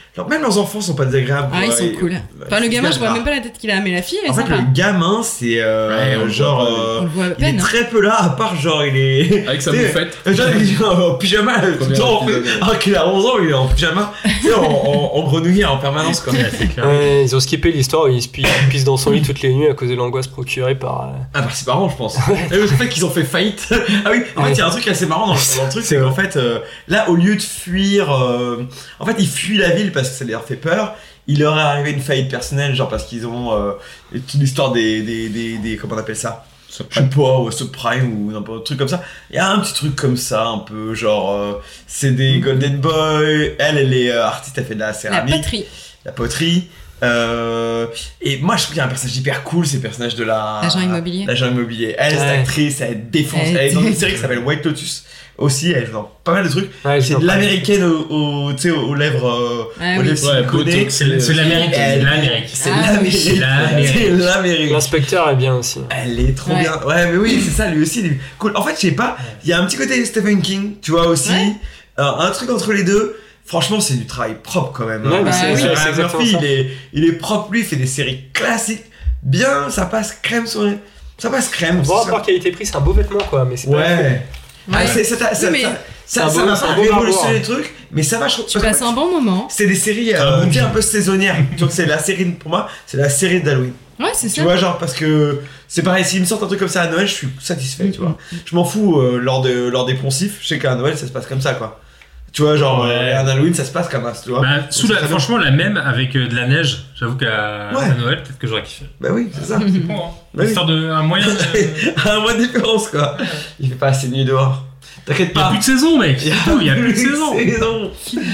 Genre, même leurs enfants sont pas désagréables. Ah, ils quoi, sont et- cool. Ouais, Enfin, le c'est gamin, bien je vois rare. même pas la tête qu'il a, mais la fille, elle est En fait, sympa. le gamin, c'est euh, Ouais, on le genre. voit pas, euh, On le voit à il peine. est très peu là, à part genre, il est. Avec sa tu sais, bouffette. Genre, il est en pyjama, tout le Premier temps, en fait. épisode. Alors qu'il a onze ans, il est en pyjama, tu sais, en, en, en grenouillère en permanence, quoi. Ouais, c'est clair. Ouais, ils ont skippé l'histoire où il se pi- il pisse dans son lit toutes les nuits à cause de l'angoisse procurée par. euh, Ah, par ses parents, je pense. Et le fait qu'ils ont fait faillite. Ah oui, en fait, il y a un truc assez marrant dans le, dans le truc, c'est qu'en fait, euh, là, au lieu de fuir. euh, en fait, ils fuient la ville parce que ça leur fait peur. Il leur est arrivé une faillite personnelle, genre parce qu'ils ont euh, toute l'histoire des, des, des, des. Comment on appelle ça? Je sais pas, ou subprime ou n'importe quel truc comme ça. Il y a un petit truc comme ça, un peu genre. euh, c'est des Golden Boy. Elle, elle est euh, artiste, elle fait de la La céramique. poterie. La poterie. Euh, et moi, je trouve qu'il y a un personnage hyper cool, c'est le personnage de la. L'agent immobilier. L'agent immobilier. Elle, cette Ouais. actrice, elle défonce. Elle Elle est dans une défonce. série qui s'appelle White Lotus. Aussi, elle joue dans pas mal de trucs. Ouais, C'est je de l'américaine aux, aux, tu sais, aux lèvres. euh, Ah aux oui. lèvres Ouais, siliconées. Botox, C'est le- c'est l'Amérique. Elle- C'est l'Amérique. C'est Ah, l'Amérique. oui. L'Amérique. C'est l'Amérique. L'inspecteur est bien aussi. Elle est trop Ouais. bien. Ouais, mais oui, c'est ça, lui aussi. Lui. Cool. En fait, je sais pas, il y a un petit côté Stephen King, tu vois aussi. Ouais. Euh, un truc entre les deux. Franchement, c'est du travail propre quand même. Ouais, hein. mais c'est- Ryan c'est- c'est exactement Murphy, ça. il est, il est propre, lui, il fait des séries classiques. Bien, ça passe crème sur les. Ça passe crème. Bon, ça- rapport qualité-prix, c'est un beau vêtement quoi, mais c'est pas. Ouais. Ah, Ouais. c'est- ça t'a- ça- Oui, mais ça- c'est ça- un ça beau- va c'est pas un beau révolutionner barboire. les trucs, mais ça va. je trouve- Tu passes un bon moment. C'est des séries, un euh, bon tu sais, un film. peu saisonnières. Donc c'est la série, pour moi, c'est la série d'Halloween. Ouais, c'est Tu ça. vois, genre, parce que c'est pareil, s'ils me sortent un truc comme ça à Noël, je suis satisfait, tu vois. Je m'en fous euh, lors, de, lors des poncifs, je sais qu'à Noël, ça se passe comme ça, quoi. Tu vois, genre, Ouais. euh, à Halloween, ça se passe comme ça, tu vois. Bah, sous Donc, la, c'est très bien. franchement, la même avec euh, de la neige, j'avoue qu'à Ouais. à Noël, peut-être que j'aurais kiffé. Bah oui, c'est ça. C'est bon, hein. Bah oui. Histoire de un moyen. de- Un mois de différence, quoi. Il fait pas assez de nuit dehors. T'inquiète Il y a pas. plus de saison, mec. C'est tout, il y a plus de saison. saison.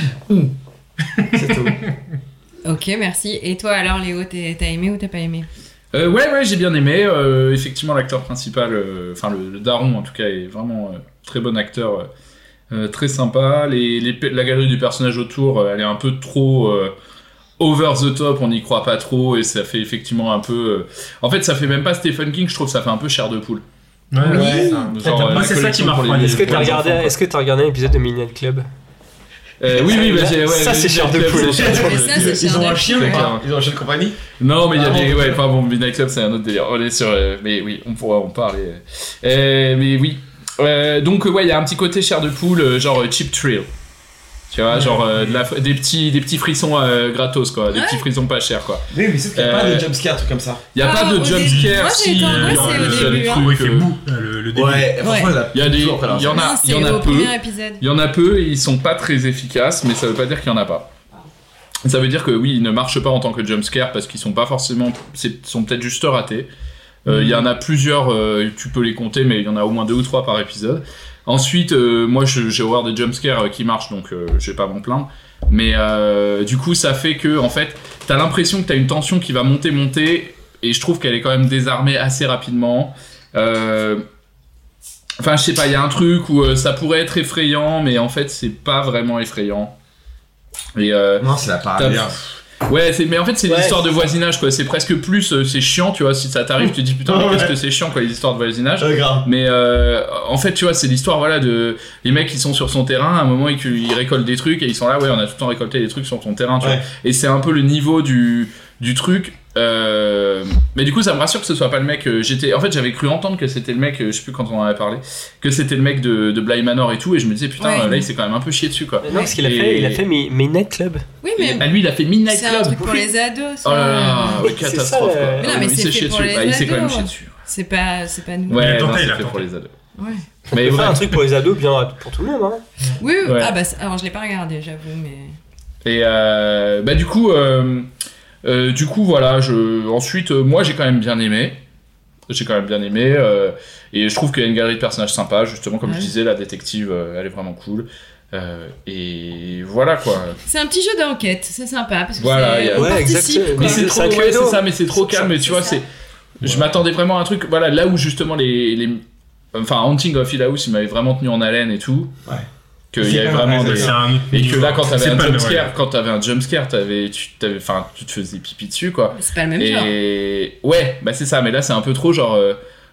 C'est tout. Ok, merci. Et toi alors, Léo, t'es- t'as aimé ou t'as pas aimé? Euh, ouais, ouais, j'ai bien aimé. Euh, effectivement, l'acteur principal, euh, enfin le, le daron en tout cas, est vraiment euh, très bon acteur, euh, euh, très sympa. Les, les, pe- la galerie du personnage autour, euh, elle est un peu trop euh, over the top, on n'y croit pas trop, et ça fait effectivement un peu. euh, En fait, ça fait même pas Stephen King, je trouve, ça fait un peu chair de poule. Ouais, Oui. ouais. Genre, Moi, euh, c'est la ça qui collection m'a pour les- refroidi. Est-ce que pour t'as les regardé, enfants, quoi. est-ce que t'as regardé un épisode de Midnight Club? Euh, oui, oui, bah, j'ai, ouais, Ça, j'ai- c'est j'ai- chair de j'ai- poule. j'ai- Mais ça, c'est Ils chair ont de un chien, poule. ou pas Ils ont un chien de compagnie. Non, mais il y a Ah, des. bon. Ouais, enfin bon, Midnight Club, c'est un autre délire. On est sur. euh, mais oui, on pourra en parler. Euh, mais oui. Euh, donc, ouais, il y a un petit côté chair de poule, euh, genre euh, cheap thrill. Tu vois, genre euh, de la, des, petits, des petits frissons euh, gratos, quoi. Des Ouais. petits frissons pas chers, quoi. Oui, mais sauf qu'il n'y a Euh, pas de jumpscare, truc comme ça. Il y a Ah, pas de au début- jumpscare moi, j'ai si. été euh, angoissée il y a- au il y a début, des hein. trucs, Ouais, il fait euh, mou, le, le début. Ouais, franchement, il y a- Il y a des, toujours après la il y en Non, a, il c'est y en a au peu. premier épisode. Il y en a peu et ils sont pas très efficaces, mais ça veut pas dire qu'il y en a pas. Ça veut dire que oui, ils ne marchent pas en tant que jumpscare parce qu'ils sont pas forcément, c'est- sont peut-être juste ratés. Euh, Il y en a plusieurs, euh, tu peux les compter, mais il y en a au moins deux ou trois par épisode. Ensuite, euh, moi je- j'ai horreur des jumpscares qui marchent, donc euh, je vais pas m'en plaindre. Mais euh, du coup, ça fait que en fait, t'as l'impression que t'as une tension qui va monter, monter, et je trouve qu'elle est quand même désarmée assez rapidement. Euh, Enfin, je sais pas, il y a un truc où euh, ça pourrait être effrayant, mais en fait, c'est pas vraiment effrayant. Et euh, Non, c'est la parade. ouais, c'est, mais en fait, c'est Ouais. l'histoire de voisinage, quoi. C'est presque plus, euh, c'est chiant, tu vois. Si ça t'arrive, tu te dis putain, mais Ouais. qu'est-ce que c'est chiant, quoi, les histoires de voisinage. Ouais, grave. Mais euh, en fait, tu vois, c'est l'histoire, voilà, de les mecs qui sont sur son terrain. À un moment, ils, ils récoltent des trucs et ils sont là, ouais, on a tout le temps récolté des trucs sur ton terrain, tu Ouais. vois. Et c'est un peu le niveau du du truc. Euh, mais du coup, ça me rassure que ce soit pas le mec. euh, J'étais, en fait, j'avais cru entendre que c'était le mec. euh, Je sais plus quand on en avait parlé, que c'était le mec de, de Bly Manor et tout. Et je me disais putain, Ouais. euh, là, il s'est quand même un peu chié dessus, quoi. Non, parce qu'il a Et- fait, il a fait Mi- Midnight Club. Oui, mais Ah, lui, il a fait Midnight c'est un Club. truc pour les ados. ça. Oh là là, Oui, ouais, c'est catastrophe, ça, quoi. euh, Mais non, mais il c'est s'est fait chié pour dessus. les Bah, il s'est quand même ados. chié dessus. C'est pas, c'est pas nous. Ouais, Il a non, tenté, c'est il a fait pour tenté. les ados. Ouais. On Mais peut faire ouais. un truc pour les ados bien pour tout le monde. Hein. Oui, oui. Ouais. Ah bah, c'est- alors je l'ai pas regardé, j'avoue, mais. Et euh, bah du coup, euh, euh, du coup voilà. Je ensuite, euh, moi j'ai quand même bien aimé. J'ai quand même bien aimé euh, et je trouve qu'il y a une galerie de personnages sympas. Justement, comme Ouais. je disais, la détective, euh, elle est vraiment cool. Euh, et voilà quoi. C'est un petit jeu d'enquête, c'est sympa parce que Voilà, c'est- il y a- on Ouais, participe, exactement. quoi. Mais c'est c'est trop, un ouais, credo. c'est ça, mais c'est trop C'est calme. ça, Tu vois, c'est c'est. Je m'attendais vraiment à un truc. Voilà, là où justement les, les... enfin, Haunting of Hill House, il m'avait vraiment tenu en haleine et tout. Ouais. Qu'il C'est y avait pas vraiment vrai, des. C'est un autre Et que niveau. là, quand t'avais C'est un pas le même, jumpscare, ouais. quand t'avais un jumpscare, t'avais, tu, t'avais, enfin, tu te faisais pipi dessus, quoi. C'est pas le même genre. Et ouais, bah c'est ça. Mais là, c'est un peu trop genre, euh,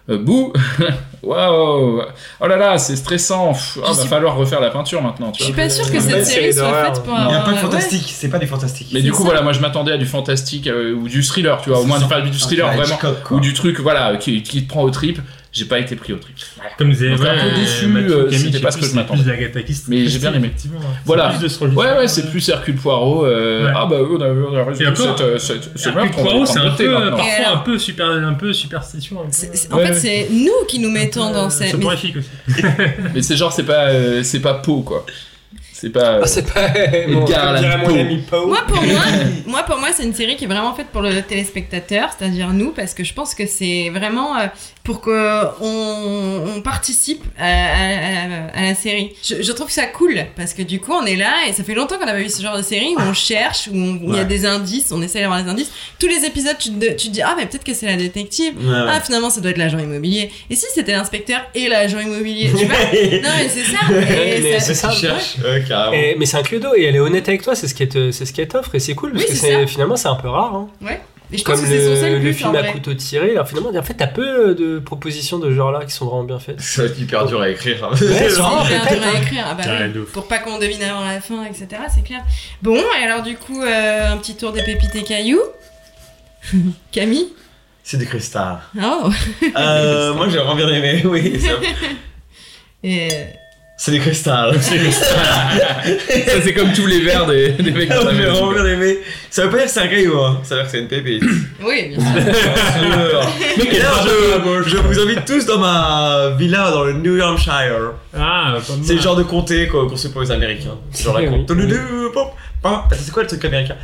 Euh, bouh Waouh Oh là là, c'est stressant. Pff, oh, va suis... falloir refaire la peinture maintenant. Tu je vois. suis pas sûr que cette série soit faite pour. Il y a un peu de ouais. fantastique, c'est pas du fantastique. Mais c'est du coup, ça. voilà, moi je m'attendais à du fantastique euh, ou du thriller, tu vois, au moins du, du thriller un vraiment, Hitchcock, ou du truc, voilà, qui, qui te prend au trip. J'ai pas été pris au trip. Voilà. Comme disait Donc, ouais, un peu déçu, Mathieu euh, Camille, c'était pas ce que je m'attendais. Plus d'Agatha Christie, Mais j'ai bien aimé. effectivement. Voilà. C'est plus de ce registre. Ouais, ouais, c'est plus Hercule Poirot. Euh, Ouais. Ah bah on a, on a résolu encore, cette, cette, ce Hercule meurtre, on va Poirot, le c'est un noter peu, maintenant. parfois alors- un peu super, un peu superstition. Un peu. C'est- c'est- en Ouais, fait, ouais. c'est nous qui nous mettons dans cette. C'est mais- horrifique aussi. Mais c'est genre, c'est pas, euh, c'est pas Poe quoi. C'est pas. Ah, c'est pas. Edgar comme Allan dirait mon Poe. ami Poe. Moi pour moi, moi pour moi c'est une série qui est vraiment faite pour le téléspectateur, c'est-à-dire nous, parce que je pense que c'est vraiment euh, pour qu'on on participe à, à- à- à la série. Je, je trouve ça cool parce que du coup on est là et ça fait longtemps qu'on n'a pas vu ce genre de série où on cherche, où on- où il y a Ouais. des indices, on essaie d'avoir les indices. Tous les épisodes tu te, tu te dis ah mais peut-être que c'est la détective, Ouais, ouais. ah finalement ça doit être l'agent immobilier. Et si c'était l'inspecteur et l'agent immobilier, tu vois? Non mais c'est ça. Et Mais ça- c'est ça. Tu cherches, ouais, carrément. Et- mais c'est un clodo et elle est honnête avec toi, c'est ce qu'elle te- c'est ce qu'elle t'offre et c'est cool parce Oui, que c'est c'est, ça. finalement c'est un peu rare. Hein. Ouais. Et je pense Comme que c'est son seul le, but le en film à vrai. couteau tiré, alors finalement en fait t'as peu de propositions de ce genre-là qui sont vraiment bien faites. Ça va être hyper dur à écrire. Ouais, c'est vraiment C'est bien peut-être, dur à hein. écrire, ah bah Ouais, oui. de ouf. Pour pas qu'on devine avant la fin, et cetera. C'est clair. Bon, et alors du coup, euh, un petit tour des pépites et cailloux. Camille. C'est des cristals. Oh. Euh, moi j'ai vraiment bien aimé, oui. ça- Et C'est des cristals. C'est des cristals. Ça c'est comme tous les verres des, des mecs dans la J'ai maison. vraiment bien aimé. Ça veut pas dire que c'est un caillou, hein. Ça veut dire que c'est une pépite. oui, bien sûr. Mais d'ailleurs, je, je vous invite tous dans ma villa dans le New Hampshire. Ah, pas mal. C'est le genre de comté quoi, qu'on sait pour les Américains. C'est genre la Oui. comté. Tududou, pom, pam. Attends, c'est quoi le truc américain?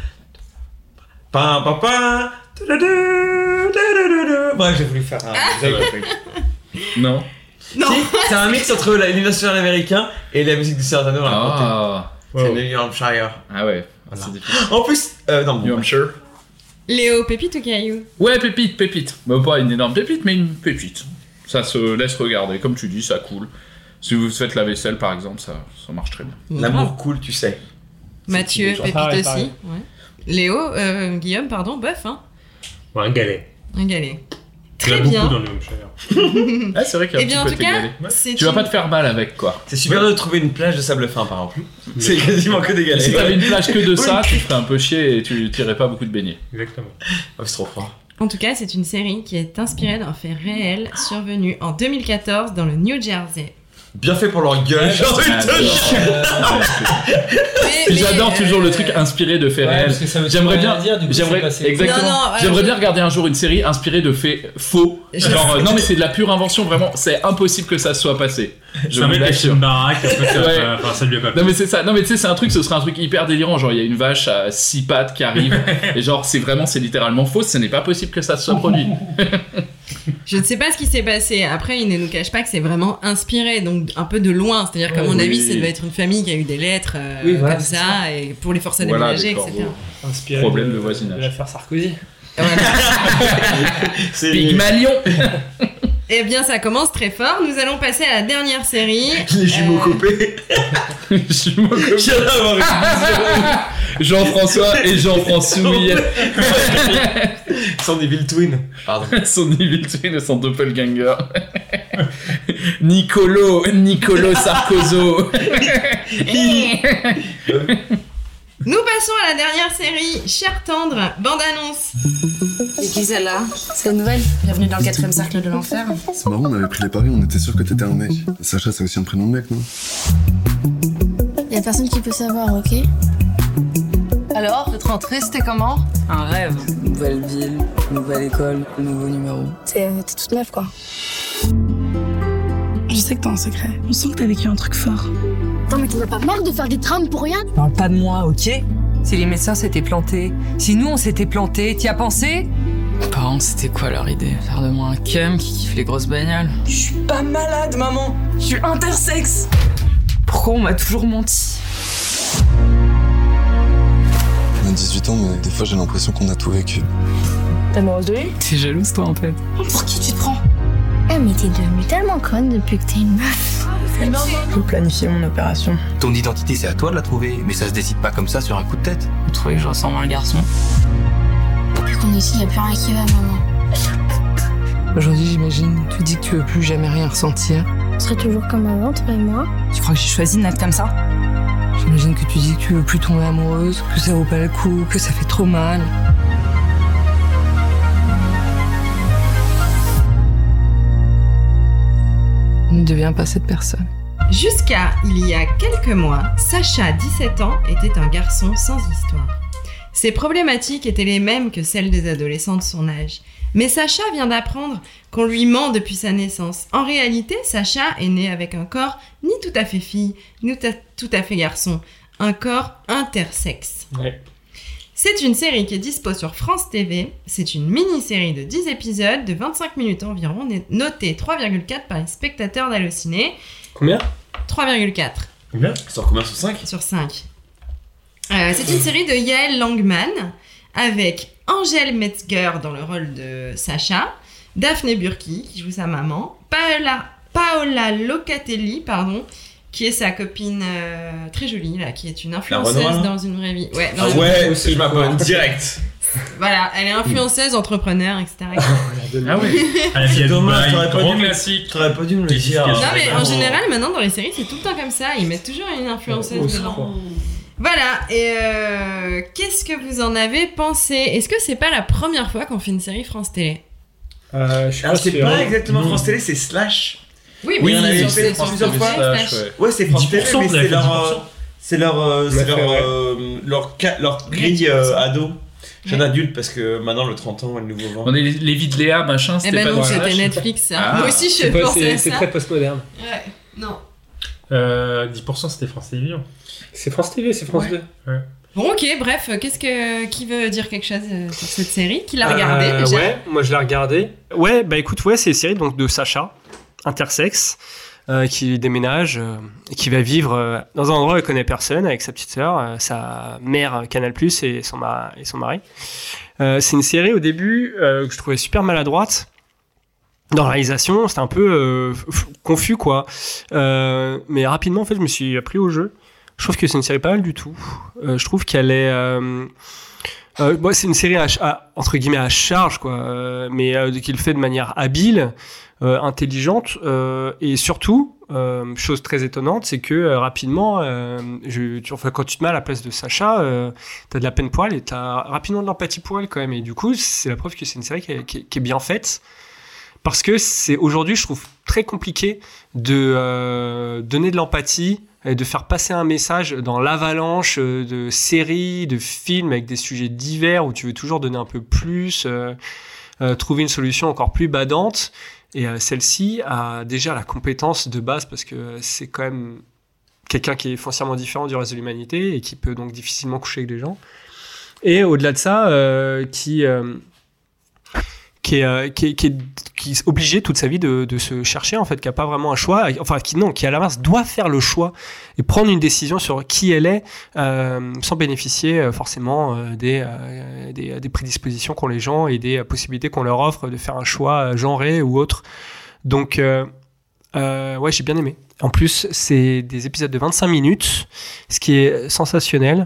Pam, pam, pam. Tududou, tududou. Bref, j'ai voulu faire un. Vous avez compris. Non. Non. Si, c'est un mix entre la- l'hymne national américain et la musique du Seigneur des Anneaux dans la comté. Ah. C'est Wow. le New Hampshire. Ah ouais. C'est difficile. En plus, euh, non, New bon, Hampshire. Léo, pépite ou caillou? Ouais, pépite, pépite. Bah, pas une énorme pépite, mais une pépite. Ça se laisse regarder. Comme tu dis, ça coule. Si vous faites la vaisselle, par exemple, ça, ça marche très bien. l'amour cool, tu sais. Mathieu, C'est pépite pareil, aussi. pareil. Ouais. Léo, euh, Guillaume, pardon, bœuf, hein. Ouais, un galet. Un galet. Il y en a Très bien. beaucoup dans le Hampshire. Ah, c'est vrai qu'il y a Eh un bien, en petit tout côté cas, galé. c'est Tu vas une- pas te faire mal avec, quoi. C'est super dur de trouver une plage de sable fin, par exemple. C'est quasiment que des galets. Si t'avais une plage que de ça, Oui. tu ferais un peu chier et tu tirerais pas beaucoup de beignets. Exactement. Oh, c'est trop fort. En tout cas, c'est une série qui est inspirée d'un fait réel survenu en deux mille quatorze dans le New Jersey. Bien fait pour leur gueule, j'ai envie de te dire. Mais- Puis mais, j'adore euh, toujours le truc inspiré de faits Ouais, réels. parce que ça veut J'aimerais rien bien, dire, du coup, j'aimerais c'est passé. exactement. Non, non, alors j'aimerais je- bien regarder un jour une série inspirée de faits faux. Je- Genre euh, non mais c'est de la pure invention vraiment. C'est impossible que ça se soit passé. Je Ça vous met caché l'assure. une baraque, après ça, Ouais. va- enfin, ça lui a pas plu. Non mais c'est ça. Non mais tu sais c'est un truc. Ce serait un truc hyper délirant. Genre il y a une vache à six pattes qui arrive et genre c'est vraiment c'est littéralement faux. Ce n'est pas possible que ça se soit produit. Je ne sais pas ce qui s'est passé. Après, il ne nous cache pas que c'est vraiment inspiré, donc un peu de loin. C'est-à-dire qu'à Ouais, mon oui. avis, ça devait être une famille qui a eu des lettres euh, Oui, voilà, comme c'est ça, et pour les forcer à Voilà, déménager, des et cetera. corbeaux. Inspiré Problème de de voisinage. de l'affaire Sarkozy. Voilà. C'est Pygmalion. Eh bien, ça commence très fort. Nous allons passer à la dernière série. les jumeaux Euh, coupés. Jumeaux coupés. J'ai viens d'avoir une vision. Jean-François et Jean-François. Son Evil Twin. Pardon. Son Evil Twin et son doppelganger. Nicolo, Nicolo Sarkozo. Nous passons à la dernière série, Cher Tendre, bande-annonce. C'est qui celle-là? C'est une nouvelle. Bienvenue dans le quatrième cercle de l'enfer. C'est marrant, on avait pris les paris, on était sûr que t'étais un mec. Sacha, c'est aussi un prénom de mec, non? Y'a personne qui peut savoir, ok? Alors, votre rentrée, c'était comment? Un rêve. Nouvelle ville, nouvelle école, nouveau numéro. T'es euh, t'es toute neuve, quoi. Je sais que t'as un secret. On sent que t'as vécu un truc fort. Non mais t'en as pas marre de faire des drames pour rien? Parle pas de moi, ok? Si les médecins s'étaient plantés, si nous on s'était plantés, t'y as pensé? Mes parents, c'était quoi leur idée? Faire de moi un cum qui kiffe les grosses bagnoles? Je suis pas malade, maman. Je suis intersexe. Pourquoi on m'a toujours menti? On a dix-huit ans, mais des fois j'ai l'impression qu'on a tout vécu. T'es amoureuse de lui? T'es jalouse, toi, en fait. Pour qui tu te prends? Eh, mais t'es devenue tellement conne depuis que t'es une meuf. Faut planifier mon opération. Ton identité, c'est à toi de la trouver, mais ça se décide pas comme ça sur un coup de tête. Vous trouvez que je ressemble à un garçon? Parce qu'on est ici, y'a plus rien qui va, maman. Aujourd'hui, j'imagine, tu dis que tu veux plus jamais rien ressentir. On serait toujours comme avant, toi et moi. Tu crois que j'ai choisi de naître comme ça? J'imagine que tu dis que tu veux plus tomber amoureuse, que ça vaut pas le coup, que ça fait trop mal. Ne deviens pas cette personne. Jusqu'à il y a quelques mois, Sacha, dix-sept ans, était un garçon sans histoire. Ses problématiques étaient les mêmes que celles des adolescents de son âge. Mais Sacha vient d'apprendre qu'on lui ment depuis sa naissance. En réalité, Sacha est né avec un corps ni tout à fait fille, ni tout à fait garçon. Un corps intersexe. Ouais. C'est une série qui est dispo sur France T V. C'est une mini-série de dix épisodes de vingt-cinq minutes environ, notée trois virgule quatre par les spectateurs d'Allociné. Combien ? trois virgule quatre. Combien ? Sur combien ? Sur cinq ? Sur cinq. Euh, c'est une série de Yael Langman avec Angèle Metzger dans le rôle de Sacha, Daphné Burki qui joue sa maman, Paola, Paola Locatelli, pardon, qui est sa copine euh, très jolie, là, qui est une influenceuse dans une vraie vie. Ouais, dans ah une... ouais, je m'abonne direct. Voilà, elle est influenceuse, entrepreneur, et cetera. Ah oui. Ah, c'est dommage, t'aurais pas, t'aurais pas dû me le dire. Non mais en général, maintenant dans les séries, c'est tout le temps comme ça. Ils mettent toujours une influenceuse oh, dedans. Voilà, et euh, qu'est-ce que vous en avez pensé ? Est-ce que c'est pas la première fois qu'on fait une série France Télé ? euh, je Alors c'est pas vrai. exactement non. France Télé, c'est Slash. Oui, oui, oui, on avait c'est fait plusieurs fois. Slash. Ouais, ouais c'est France Télé, mais c'est leur, c'est leur, euh, c'est leur, ouais. euh, leur, ca- leur grille euh, ado. Jeune ouais. adulte, parce que maintenant le trente ans est le nouveau vent. On est les, les vies de Léa, machin, c'était eh ben pas non, Slash. c'était Netflix, ça. Ah. Moi aussi, je c'est pas, pensais c'est, à c'est ça. très postmoderne. Ouais, non. Euh, dix pour cent c'était France Télévisions. C'est France T V, c'est France ouais. deux. Ouais. Bon, ok, bref, qu'est-ce que qui veut dire quelque chose sur cette série ? Qui l'a regardée euh, déjà ? Ouais, moi je l'ai regardée. Ouais, bah écoute, ouais, c'est une série donc de Sacha, intersexe, euh, qui déménage, euh, et qui va vivre euh, dans un endroit où elle connaît personne, avec sa petite sœur, euh, sa mère Canal plus et son, ma- et son mari. Euh, c'est une série au début euh, que je trouvais super maladroite. Dans la réalisation, c'était un peu euh, f- confus, quoi. Euh, mais rapidement, en fait, je me suis pris au jeu. Je trouve que c'est une série pas mal du tout. Euh, je trouve qu'elle est... Euh, euh, bon, c'est une série à, à, entre guillemets à charge, quoi, euh, mais euh, qui le fait de manière habile, euh, intelligente, euh, et surtout, euh, chose très étonnante, c'est que euh, rapidement, euh, je, tu, enfin, quand tu te mets à la place de Sacha, euh, t'as de la peine pour elle et t'as rapidement de l'empathie pour elle quand même. Et du coup, c'est la preuve que c'est une série qui est, qui est, qui est bien faite. Parce que c'est aujourd'hui, je trouve très compliqué de euh, donner de l'empathie et de faire passer un message dans l'avalanche de séries, de films avec des sujets divers où tu veux toujours donner un peu plus, euh, euh, trouver une solution encore plus badante. Et euh, celle-ci a déjà la compétence de base parce que c'est quand même quelqu'un qui est foncièrement différent du reste de l'humanité et qui peut donc difficilement coucher avec les gens. Et au-delà de ça, euh, qui... Euh, Qui est, euh, qui, est, qui, est, qui est obligé toute sa vie de, de se chercher, en fait, qui n'a pas vraiment un choix, enfin, qui, non, qui à l'inverse doit faire le choix et prendre une décision sur qui elle est, euh, sans bénéficier euh, forcément euh, des, euh, des, des prédispositions qu'ont les gens et des euh, possibilités qu'on leur offre de faire un choix euh, genré ou autre. Donc, euh, euh, ouais, j'ai bien aimé. En plus, c'est des épisodes de vingt-cinq minutes, ce qui est sensationnel.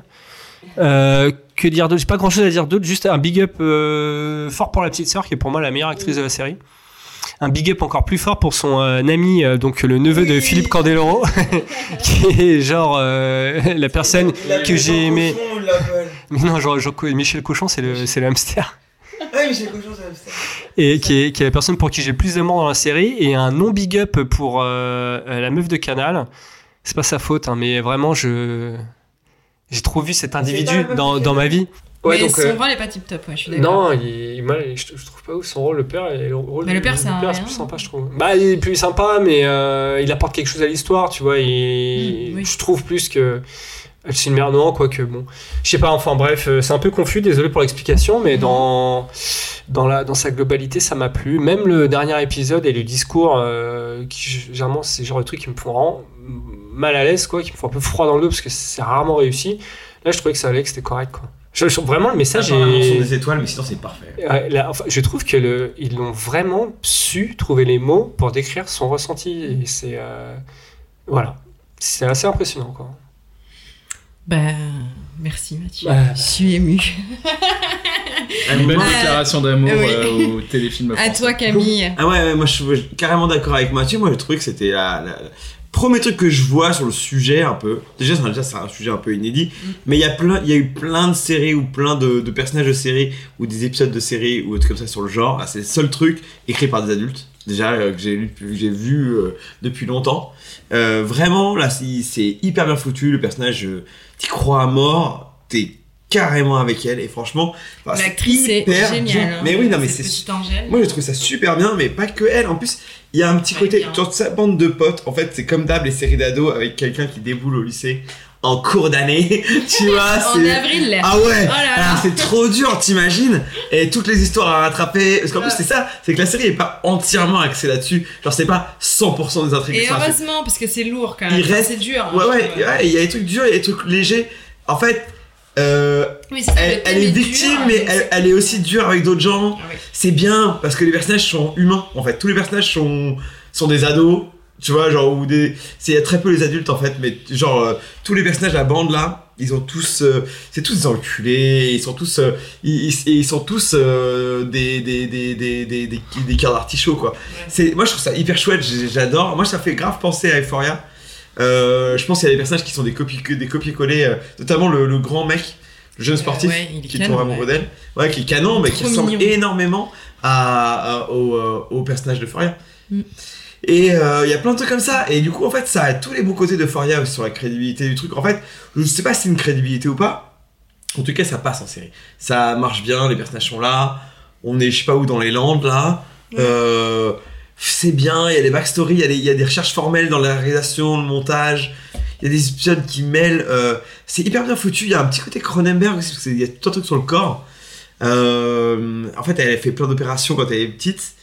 Euh, que dire d'autre ? J'ai pas grand chose à dire d'autre, juste un big up euh, fort pour la petite sœur qui est pour moi la meilleure actrice de la série. Un big up encore plus fort pour son euh, ami, euh, donc le neveu de Philippe Candeloro, qui est genre euh, la personne que j'ai aimé. Mais non, genre, genre Michel Cochon, c'est le, c'est le hamster. Ouais, Michel Cochon, c'est le hamster. Et qui est, qui est la personne pour qui j'ai le plus d'amour dans la série, et un non big up pour euh, la meuf de Canal. C'est pas sa faute, hein, mais vraiment, je. J'ai trop vu cet individu dans, dans ma vie. Ouais, mais donc, son euh... rôle est pas tip top, ouais, je suis d'accord. Non, il, moi, je, je trouve pas où son rôle, le père, et le rôle mais le père, c'est, le un père, rien. c'est plus sympa, je trouve. Bah, il est plus sympa, mais euh, il apporte quelque chose à l'histoire, tu vois. Et, mmh, oui. Je trouve plus que. C'est une merde, non, quoique, bon. Je sais pas, enfin, bref, c'est un peu confus, désolé pour l'explication, mais mmh. dans, dans, la, dans sa globalité, ça m'a plu. Même le dernier épisode et le discours, euh, qui, généralement, c'est le genre de trucs qui me font vraiment mal à l'aise, quoi, qui me font un peu froid dans le dos, parce que c'est rarement réussi. Là, je trouvais que ça allait, que c'était correct, quoi. Je, je, vraiment, le message est... est... sur des étoiles, mais sinon, c'est parfait. Ouais, là, enfin, je trouve que le, ils l'ont vraiment su trouver les mots pour décrire son ressenti. Et c'est... Euh... Voilà. C'est assez impressionnant, quoi. Ben, merci Mathieu. Euh... Je suis émue. Une belle moi- déclaration d'amour Oui. euh, au téléfilm À français. toi, Camille. Ah ouais, ouais, moi je suis carrément d'accord avec Mathieu. Moi, je trouvais que c'était la, la- la- premier truc que je vois sur le sujet un peu. Déjà, c'est un, déjà, c'est un sujet un peu inédit, mais il y a plein, il y a eu plein de séries ou plein de, de personnages de séries ou des épisodes de séries ou autres comme ça sur le genre. Ah, c'est le seul truc écrit par des adultes. Déjà euh, que j'ai lu, que j'ai vu euh, depuis longtemps. Euh, vraiment, là, c'est, c'est hyper bien foutu. Le personnage, euh, t'y crois à mort, t'es carrément avec elle et franchement, enfin, c'est L'actrice est hyper géniale. bien. hein. Mais oui, non, mais Cette c'est petite Angèle. moi j'ai trouvé ça super bien, mais pas que elle. En plus, il y a un petit côté, sur sa bande de potes, en fait, c'est comme d'hab les séries d'ados avec quelqu'un qui déboule au lycée en cours d'année, tu vois. En c'est... avril. Ah ouais, Oh là là. alors, c'est trop dur, t'imagines. Et toutes les histoires à rattraper. Parce qu'en plus, c'est ça, c'est que la série est pas entièrement axée là-dessus. Genre, c'est pas cent pour cent des intrigues. Et qui sont axées. heureusement, parce que c'est lourd quand même. Il Enfin, reste. C'est dur. hein, Ouais, je ouais, trouve. ouais, il y a des trucs durs, il y a des trucs légers. En fait, euh, Oui, c'est ça, elle, le thème elle est est victime, dur, mais donc elle, c'est- elle est aussi dure avec d'autres gens. Ah oui. C'est bien parce que les personnages sont humains. En fait, tous les personnages sont sont des ados. Tu vois, genre ou des. C'est il y a très peu les adultes en fait, mais genre euh, tous les personnages de la bande là, ils ont tous, euh, c'est tous des enculés. Ils sont tous, euh, ils, ils, ils sont tous euh, des des des des des des, des cœurs d'artichaut quoi. C'est moi je trouve ça hyper chouette. j'ai- J'adore. Moi ça fait grave penser à Euphoria. Euh, je pense qu'il y a des personnages qui sont des copies des copier-coller, euh, notamment le, le grand mec, le jeune sportif, ouais, il est qui canon, tombe amoureux ouais. d'elle, ouais, qui est canon, mais qui Trop ressemble mignon. énormément à, à- au, euh, au personnage de Euphoria. Mm. Et il euh, y a plein de trucs comme ça. Et du coup, en fait, ça a tous les bons côtés d'Euphoria sur la crédibilité du truc. En fait, je sais pas si c'est une crédibilité ou pas. En tout cas, ça passe en série. Ça marche bien, les personnages sont là. On est, je sais pas où, dans les Landes, là. Euh, c'est bien, il y a des backstories, il y, a des- il y a des recherches formelles dans la réalisation, le montage. Il y a des épisodes qui mêlent. euh, c'est hyper bien foutu. Il y a un petit côté Cronenberg aussi, parce qu'il y a tout un truc sur le corps. Euh, en fait, elle a fait plein d'opérations quand elle est petite.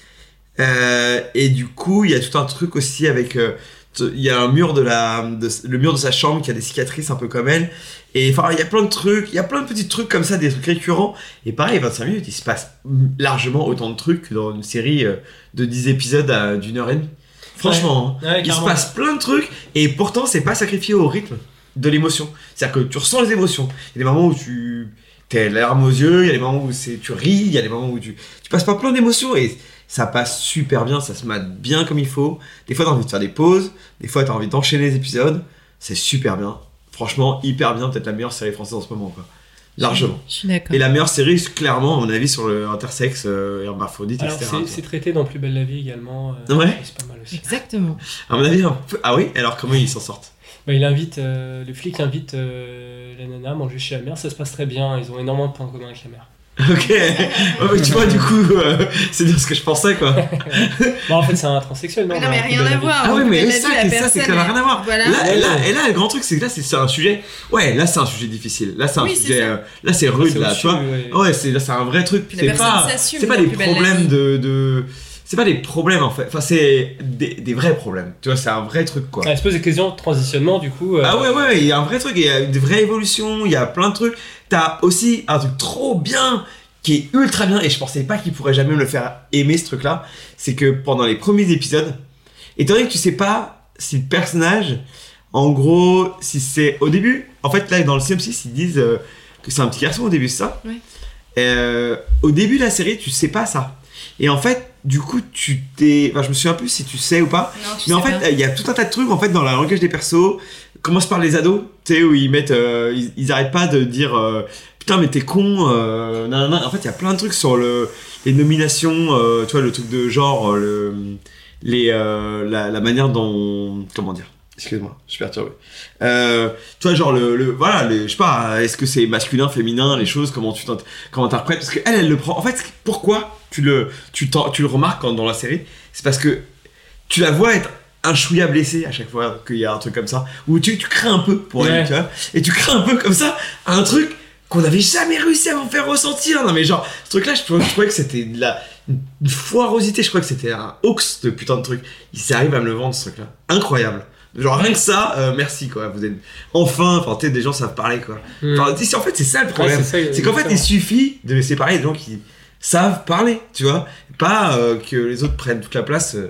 Euh, et du coup, il y a tout un truc aussi avec. euh, t- Il y a un mur de la, de- le mur de sa chambre qui a des cicatrices un peu comme elle. Et enfin, il y a plein de trucs, il y a plein de petits trucs comme ça, des trucs récurrents. Et pareil, vingt-cinq minutes, il se passe largement autant de trucs que dans une série euh, de dix épisodes à- d'une heure et demie. Franchement, Ouais. hein, Ouais, il se carrément. passe plein de trucs et pourtant, c'est pas sacrifié au rythme de l'émotion. C'est-à-dire que tu ressens les émotions. Il y a des moments où tu t'as les larmes aux yeux, il y a des moments où c'est, tu ris, il y a des moments où tu, tu passes par plein d'émotions et ça passe super bien, ça se mate bien comme il faut. Des fois, t'as envie de faire des pauses, des fois, t'as envie d'enchaîner les épisodes. C'est super bien. Franchement, hyper bien. Peut-être la meilleure série française en ce moment, quoi. Largement. Je suis d'accord. Et la meilleure série, clairement, à mon avis, sur le intersexe, euh, hermaphrodite, Alors, et cetera. c'est, c'est traité dans Plus belle la vie également. euh, Ouais. C'est pas mal aussi. Exactement. À mon avis, un peu... Ah oui. Alors, comment ils s'en sortent? Bah, il invite, euh, le flic invite euh, la nana à manger chez la mère, ça se passe très bien, ils ont énormément de points communs avec la mère. Ok. Ouais, mais tu vois, du coup, euh, c'est bien ce que je pensais, quoi. Bon, en fait, c'est un transsexuel, non Mais non, mais dans Plus rien belle à la vie. voir. Ah oui, Plus mais belle la ça, vie, la c'est ça, c'est que ça n'a personne rien à voir. est- Voilà. Là, et là, et là, le grand truc, c'est que là, c'est, c'est un sujet. Ouais, là, c'est un sujet difficile. Là, c'est un Oui, c'est sujet. ça. euh, Là, c'est rude, C'est là, au-dessus, tu vois. ouais. Ouais, c'est là, c'est un vrai truc. Puis la C'est personne pas, s'assume c'est pas dans des Plus belle la problèmes vie. de, de. C'est pas des problèmes en fait. Enfin, c'est des, des vrais problèmes. Tu vois, c'est un vrai truc, quoi. Elle se pose des questions de transitionnement, du coup. euh, Ah ouais, ouais, il y a un vrai truc, il y a une vraie évolution, il y a plein de trucs. T'as aussi un truc trop bien, qui est ultra bien, et je pensais pas qu'il pourrait jamais me le faire aimer ce truc-là, c'est que pendant les premiers épisodes, étant donné que tu sais pas si le personnage, en gros, si c'est au début, en fait là dans le synopsis ils disent euh, que c'est un petit garçon au début, c'est ça. Ouais. Euh, au début de la série, tu sais pas ça. Et en fait, du coup, tu t'es. Enfin, je me souviens plus si tu sais ou pas. Non, tu mais en sais fait, pas. il y a tout un tas de trucs en fait dans le langage des persos. Commence par les ados, tu sais, où ils mettent. euh, ils, ils arrêtent pas de dire euh, putain, mais t'es con. Euh, nan, nan, nan. En fait, il y a plein de trucs sur le, les nominations, euh, tu vois, le truc de genre, euh, le, les, euh, la, la manière dont. Comment dire? Excuse-moi, je suis perturbé. Euh, tu vois, genre, le, le voilà, les, je sais pas, est-ce que c'est masculin, féminin, les choses, comment tu t'int- comment t'interprètes? Parce qu'elle, elle le prend. En fait, pourquoi tu le, tu, t'en- tu le remarques quand, dans la série? C'est parce que tu la vois être un chouïa blessé à chaque fois qu'il y a un truc comme ça. Où tu, tu crains un peu pour elle, Ouais. tu vois. Et tu crains un peu comme ça un truc qu'on n'avait jamais réussi à vous faire ressentir. Non, mais genre, ce truc-là, je trouvais, je trouvais que c'était de la. Une foirosité, je crois que c'était un hoax de putain de truc. Ils arrivent à me le vendre, ce truc-là. Incroyable. Genre rien que ça, euh, merci quoi. Vous êtes enfin, enfin tu sais, des gens savent parler quoi. Mm. Enfin, tu sais, en fait c'est ça le problème. Ouais, c'est ça, c'est qu'en fait exactement. il suffit de laisser parler des gens qui savent parler, tu vois. Pas euh, que les autres prennent toute la place. euh.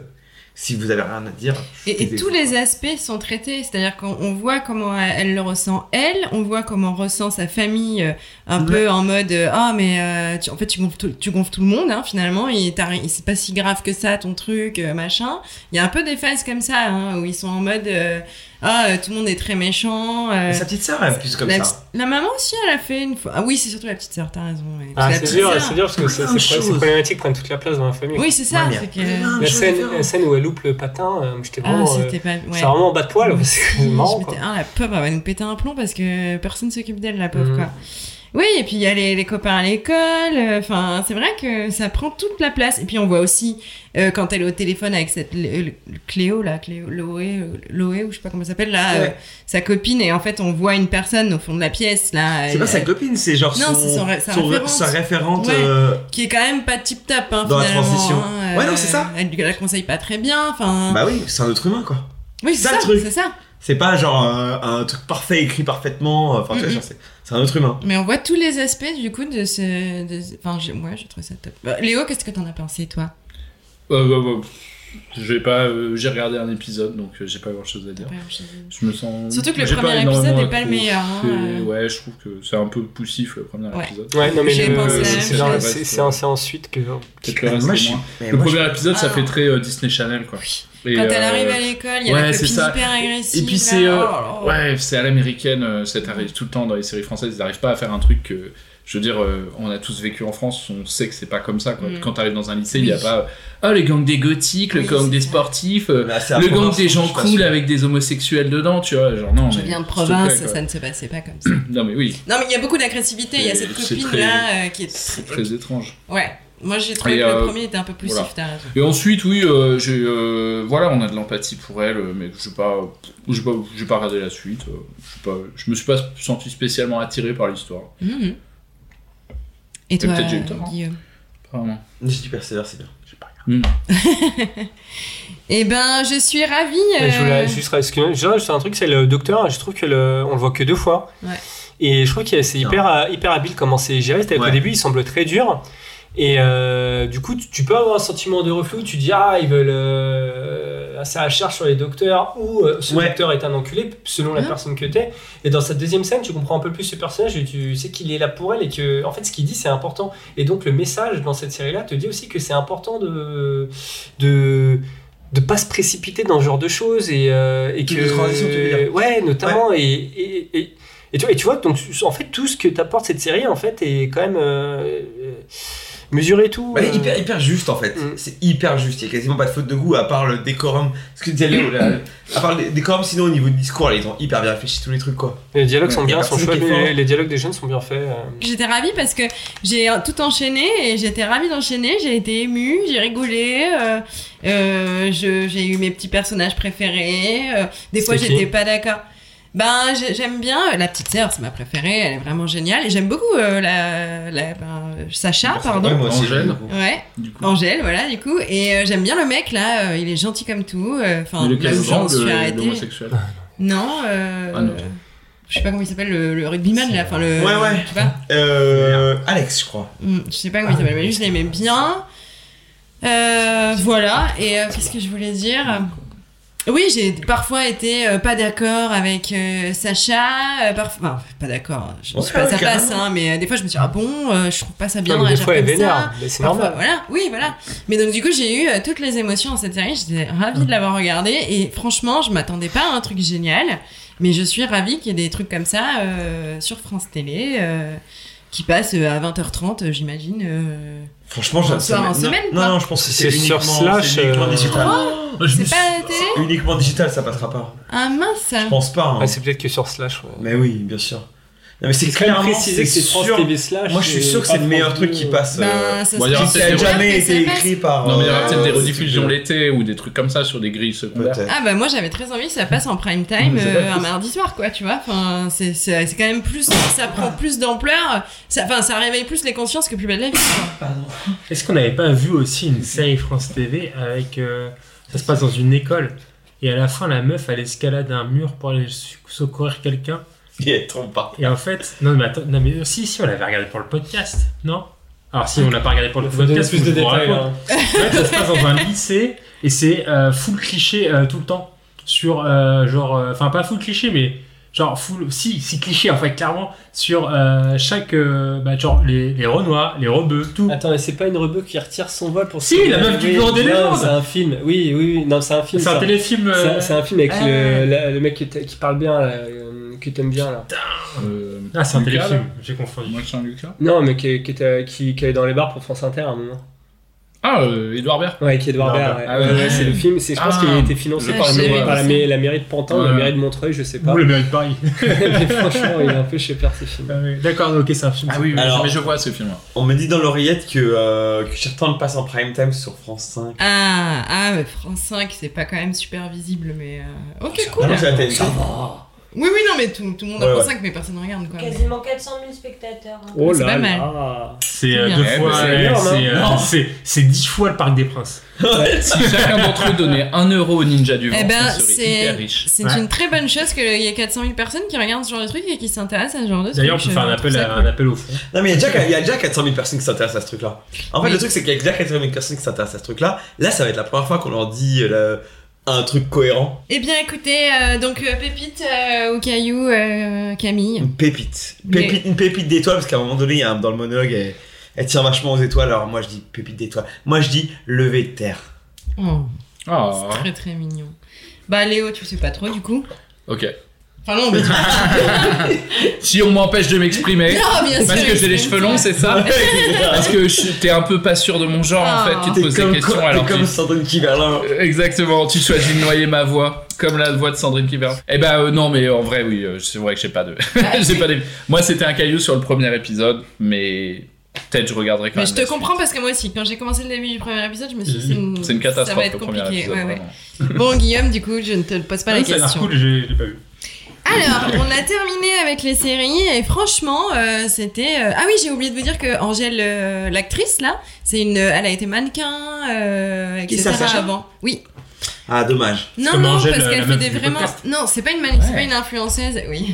Si vous avez rien à dire. Et, et tous les aspects sont traités, c'est-à-dire qu'on on voit comment elle, elle le ressent elle, on voit comment ressent sa famille, euh, un ouais. peu en mode ah euh, oh, mais euh, tu, en fait tu gonfles tout, tu gonfles tout le monde hein, finalement, et c'est pas si grave que ça ton truc euh, machin. Il y a un peu des phases comme ça hein, où ils sont en mode euh, ah euh, tout le monde est très méchant. Euh, sa petite sœur elle est plus comme la, ça. La maman aussi elle a fait une fois. Ah oui c'est surtout la petite sœur, t'as raison. Ouais. Ah c'est dur, c'est dur parce que c'est problématique prennent toute la place dans la famille. Oui c'est ça. C'est que... La scène, la scène où elle loupe le patin. Euh, j'étais vraiment, ah, euh, pas... ouais. c'est vraiment en bas de poil, oui, c'est marrant. Quoi. Ah, la pauvre, elle va nous péter un plomb parce que personne s'occupe d'elle, la pauvre, mmh. quoi. Oui, et puis il y a les, les copains à l'école, enfin, euh, c'est vrai que ça prend toute la place. Et puis on voit aussi, euh, quand elle est au téléphone avec cette le, le, Cléo, là, Cléo, Loé, Loé, ou je sais pas comment ça s'appelle, là, ouais. euh, sa copine, et en fait on voit une personne au fond de la pièce, là. C'est elle, pas sa copine, c'est genre non, son, c'est son, sa son référente. Sa référente ouais, euh... qui est quand même pas tip-top, hein, dans finalement. la transition. Hein, ouais, non, c'est ça. Elle, elle la conseille pas très bien, enfin. Bah oui, c'est un autre humain, quoi. Oui, c'est ça, ça, le truc. C'est ça. C'est pas genre euh, un truc parfait écrit parfaitement. Enfin, mm-hmm. tu vois, c'est, c'est un autre humain. Mais on voit tous les aspects du coup de ce. De... Enfin, j'ai... moi, j'ai trouvé ça top. Bah, Léo, qu'est-ce que t'en as pensé, toi euh, bah, bah, j'ai pas, euh, j'ai regardé un épisode, donc euh, j'ai pas grand-chose à dire. Chose à dire. Je me sens. Surtout que le premier épisode n'est pas le meilleur. Hein, euh... Ouais, je trouve que c'est un peu poussif le premier ouais. épisode. Ouais, non mais j'ai le... pensé c'est, c'est, c'est, c'est, c'est, c'est ensuite que. Peut-être le reste moi, moins. Le moi, premier je... épisode, ah, ça fait très euh, Disney Channel, quoi. Oui. Et quand euh, elle arrive à l'école, il y a ouais, la copine hyper agressive. Et puis c'est, euh, oh, ouais, c'est à l'américaine. Euh, ça arrive tout le temps dans les séries françaises. Ils n'arrivent pas à faire un truc que, je veux dire, euh, on a tous vécu en France. On sait que c'est pas comme ça. Quoi. Mm. Quand t'arrives dans un lycée, il oui. y a pas, ah oh, les gangs des gothiques, le oui, gang des sportifs, euh, le gang des gens cool avec des homosexuels dedans, tu vois. Genre non. Je viens de province, plaît, ça ne se passait pas comme ça. Non mais oui. Non mais il y a beaucoup d'agressivité. Il y a cette copine très, là euh, qui est c'est très étrange. Ouais. Moi j'ai trouvé et que euh, le premier était un peu poussif, voilà. T'as raison. Et ensuite, oui, euh, j'ai, euh, voilà, on a de l'empathie pour elle, mais je n'ai pas, j'ai pas, j'ai pas regardé la suite. Euh, je, pas, je me suis pas senti spécialement attiré par l'histoire. Mmh. Et, et toi, peut-être j'ai eu tort, Guillaume Pas vraiment. Si tu persévères, c'est bien. J'ai pas regardé. Mmh. Eh ben, je suis ravie. Euh... Je voulais juste excuse-moi, c'est un truc, c'est le docteur. Je trouve que le, on le voit que deux fois. Ouais. Et je trouve que c'est hyper, hyper habile comment c'est géré. C'est-à-dire ouais. qu'au début, il semble très dur. Et euh, du coup, tu, tu peux avoir un sentiment de reflux où tu dis ah, ils veulent euh, ça charge sur les docteurs ou euh, ce ouais. docteur est un enculé selon la mmh. personne que t'es. Et dans cette deuxième scène, tu comprends un peu plus ce personnage et tu sais qu'il est là pour elle et que en fait, ce qu'il dit c'est important. Et donc, le message dans cette série-là te dit aussi que c'est important de de de pas se précipiter dans ce genre de choses et euh, et que de transition, tu veux dire. Ouais, notamment ouais. et, et, et et tu, et tu vois donc en fait tout ce que t'apporte cette série en fait est quand même euh, mesuré et tout. Bah, euh... hyper, hyper juste en fait. Mm. C'est hyper juste. Il n'y a quasiment pas de faute de goût à part le décorum. Ce que tu disais Léo, là, à part le décorum, sinon au niveau du discours, là, ils ont hyper bien réfléchi tous les trucs quoi. Et les dialogues ouais, sont bien, sont chouettes. Les, les dialogues des jeunes sont bien faits. Euh... J'étais ravie parce que j'ai tout enchaîné et j'étais ravie d'enchaîner. J'ai été émue, j'ai rigolé. Euh, euh, je, j'ai eu mes petits personnages préférés. Euh, des fois, j'étais pas d'accord. Ben j'aime bien la petite sœur, c'est ma préférée, elle est vraiment géniale et j'aime beaucoup euh, la, la ben, Sacha ben, pardon. Ouais, moi aussi, Angèle. Ouais. Angèle voilà du coup et euh, j'aime bien le mec là, euh, il est gentil comme tout. Enfin euh, le genre je suis arrêtée. L'homosexuel. Non. Euh, ah non. Je sais pas comment il s'appelle le, le rugbyman là, enfin le. Ouais ouais. Tu vois. Euh, Alex je crois. Je sais pas comment il s'appelle mais lui je l'aimais bien. Euh, voilà et euh, qu'est-ce que je voulais dire? Oui, j'ai parfois été euh, pas d'accord avec euh, Sacha, euh, parfois, enfin, pas d'accord, je ne suis pas à sa place, hein, mais euh, des fois je me suis dit, ah bon, euh, je trouve pas ça bien de réagir comme ça. Des fois elle est vénère, mais c'est parfois, normal. Voilà, oui, voilà. Mais donc du coup, j'ai eu euh, toutes les émotions dans cette série, j'étais ravie de l'avoir regardée, et franchement, je m'attendais pas à un truc génial, mais je suis ravie qu'il y ait des trucs comme ça euh, sur France Télé, euh, qui passent à vingt heures trente, j'imagine. Euh, Franchement, un soir en semaine. Non, non, je pense que c'est, c'est uniquement, sur Slash, c'est uniquement euh... digital. Oh, c'est pas la télé. C'est uniquement digital, ça passera pas. Ah mince. Je pense pas. Hein. Ah, c'est peut-être que sur Slash. Ouais. Mais oui, bien sûr. Non, mais c'est, c'est clairement précisé que c'est France sûr. T V Slash. Moi, je suis sûr que c'est le meilleur truc qui passe. Ben, euh, ça bon, se qui a jamais été écrit par. Non, mais il y aura euh, peut-être des rediffusions l'été ou des trucs comme ça sur des grilles secondaires. Peut-être. Ah bah moi j'avais très envie que ça passe en prime time euh, un mardi soir quoi, tu vois. Enfin c'est c'est c'est quand même plus, ça prend plus d'ampleur. Ça, enfin ça réveille plus les consciences que Plus belle la vie. Quoi. Pardon. Est-ce qu'on n'avait pas vu aussi une série France T V avec euh, ça se passe dans une école et à la fin la meuf elle escalade un mur pour aller secourir quelqu'un. Il trompe pas. Et en fait, non mais attends, non mais si si on l'avait regardé pour le podcast, non? Alors si on n'a pas regardé pour le Faut donner podcast, plus de je vous détails, raconte. En fait, ça se passe dans un lycée et c'est euh, full cliché euh, tout le temps. Sur euh, genre, enfin euh, pas full cliché, mais genre full, si, si cliché en fait clairement sur euh, chaque, euh, bah genre les, les Renois, les rebeux, tout. Attends, mais c'est pas une rebeu qui retire son vol pour. Si, la meuf du bureau des légendes. C'est un film. Oui, oui, oui. Non, c'est un film. C'est un ça. téléfilm. Euh... C'est, un, c'est un film avec ah. le, la, le mec qui, qui parle bien, là, euh, que t'aimes bien là. Euh, ah, c'est un Lucas, téléfilm. là. J'ai confondu. Moi, c'est un Lucas. Non, mais qui, qui, était, qui, qui allait dans les bars pour France Inter à un moment. Ah, euh, Edouard Baird. Ouais, qui est Edouard Baird. Ouais. Ah, ouais, ouais, c'est le film. C'est, je pense ah. qu'il a été financé Ah, par, la, sais, par la, ouais. la mairie de Pantin ou ouais. la mairie de Montreuil, je sais pas. Ou la mairie de Paris. Mais franchement, il est un peu chez Père ces films. Ah, oui. D'accord, ok, c'est un film. Ah oui, oui Alors, mais je vois ce film-là. On me dit dans l'oreillette que, euh, que Sherton passe en prime time sur France cinq. Ah, ah, mais France cinq, c'est pas quand même super visible, mais. Euh... Ok, cool. Ah non, c'est la télé. Ça va. Oui, oui, non, mais tout, tout le monde a Ouais, France ouais. cinq, mais personne ne regarde quoi. Quasiment quatre cent mille spectateurs. hein. Oh C'est là pas mal. là. C'est euh, Bien. deux Ouais, fois. mais c'est euh, énorme, c'est, hein. euh, Non. c'est, c'est dix fois le Parc des Princes. Si chacun d'entre eux donnait un euro au Ninja du Vent, Eh ben, on serait c'est, hyper riche. c'est Ouais. une très bonne chose qu'il y ait quatre cent mille personnes qui regardent ce genre de trucs et qui s'intéressent à ce genre de trucs. D'ailleurs, on peut faire un Je appel, trouve ça à, cool. un appel au fond. Non, mais il y, a déjà, il y a déjà quatre cent mille personnes qui s'intéressent à ce truc-là. En fait, Oui. le truc, c'est qu'il y a déjà quatre cent mille personnes qui s'intéressent à ce truc-là. Là, ça va être la première fois qu'on leur dit euh, un truc cohérent. Eh bien, écoutez, euh, donc euh, Pépite euh, ou Caillou, euh, Camille. Une pépite. Mais- Pépite une pépite d'étoiles, parce qu'à un moment donné, il y a un- dans le monologue, elle, elle tire vachement aux étoiles. Alors moi, je dis pépite d'étoiles. Moi, je dis lever de terre. Oh, Ah. c'est très très mignon. Bah, Léo, tu sais pas trop du coup. Ok. Enfin, non, mais tu Si on m'empêche de m'exprimer, Non, bien parce sûr, que j'ai les cheveux longs, c'est ça. Parce que je- t'es un peu pas sûr de mon genre en Ah. fait, tu te T'es poses comme, des questions t'es alors comme tu- Sandrine Kiberlin. Euh, Exactement, tu choisis de noyer ma voix, comme la voix de Sandrine Kiberlin. Eh ben euh, non, mais en vrai, oui, euh, c'est vrai que j'ai pas de. j'ai pas des... Moi, c'était un caillou sur le premier épisode, mais peut-être je regarderai quand Mais même. je te la comprends parce que moi aussi, quand j'ai commencé le début du premier épisode, je me suis dit c'est une, C'est une catastrophe, ça va être le premier compliqué. épisode, Ouais, ouais. vraiment. Bon, Guillaume, du coup, je ne te pose pas la Ah, ça a l'air question. cool, j'ai, j'ai pas vu. Alors, on a terminé avec les séries et franchement, euh, c'était. euh, Ah oui, j'ai oublié de vous dire que Angèle, euh, l'actrice là, c'est une, elle a été mannequin, euh, Qui et cetera ça, Sacha avant. Oui. Ah, dommage. Non, comme non, Angèle, parce la qu'elle fait meuf des du vraiment. podcast. Non, c'est pas une man- c'est pas une influenceuse. Oui.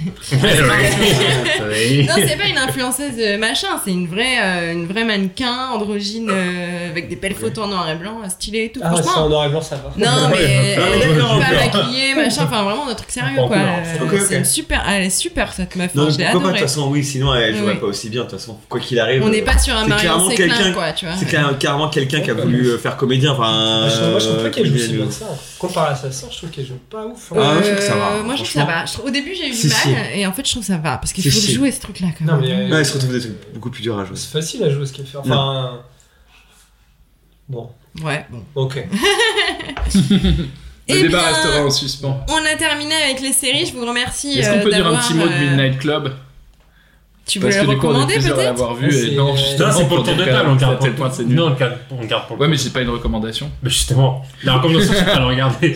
Oui. Non, c'est pas une influenceuse euh, machin, c'est une vraie, euh, une vraie mannequin androgyne euh, avec des belles photos en noir et blanc, stylé et tout. Ah, c'est en Franchement. noir et blanc, ça va. Non, mais Ah, mais d'accord, pas d'accord. maquillée, machin, enfin vraiment un truc sérieux En quoi. couleur. Euh, Ok, ok. C'est une super, elle est super cette meuf, Non, hein, mais je l'ai pourquoi pas, de adorée. toute façon, oui, sinon elle jouerait Oui. pas aussi bien, de toute façon, quoi qu'il arrive. On n'est euh, pas sur un c'est Marion clairement Séclin quelqu'un- quoi, tu vois. C'est clair- carrément quelqu'un qui a voulu euh, faire comédien, enfin. Moi, je trouve- moi, je trouve pas qu'elle joue si euh, bien que ça. Comparé à sa sœur, je trouve qu'elle joue pas ouf. hein. Ah, moi, je trouve que ça va, Euh, Moi je trouve que ça franchement. va. Je trouve- Au début j'ai eu du Si, mal si. et en fait je trouve que ça va parce qu'il Si, faut si. jouer ce truc là quand Non, même. mais Ouais, elle se retrouve des trucs beaucoup plus durs à jouer. c'est facile à jouer ce qu'elle fait. Enfin. Bon, Ouais, bon. ok. Le Eh débat bien, restera en suspens. On a terminé avec les séries, je vous remercie. Est-ce qu'on euh, peut dire un d'avoir, petit mot de euh, Midnight Club? Tu veux Parce le que du coup, on est recommander plusieurs à peut-être l'avoir vu C'est- et non, Non, justement, Non, c'est pour le tour de dire table, on qu'à garde tel pour point le c'est nul. Non, on garde, on garde pour le Ouais, mais c'est pas une recommandation. Mais justement, la recommandation, c'est pas le regarder.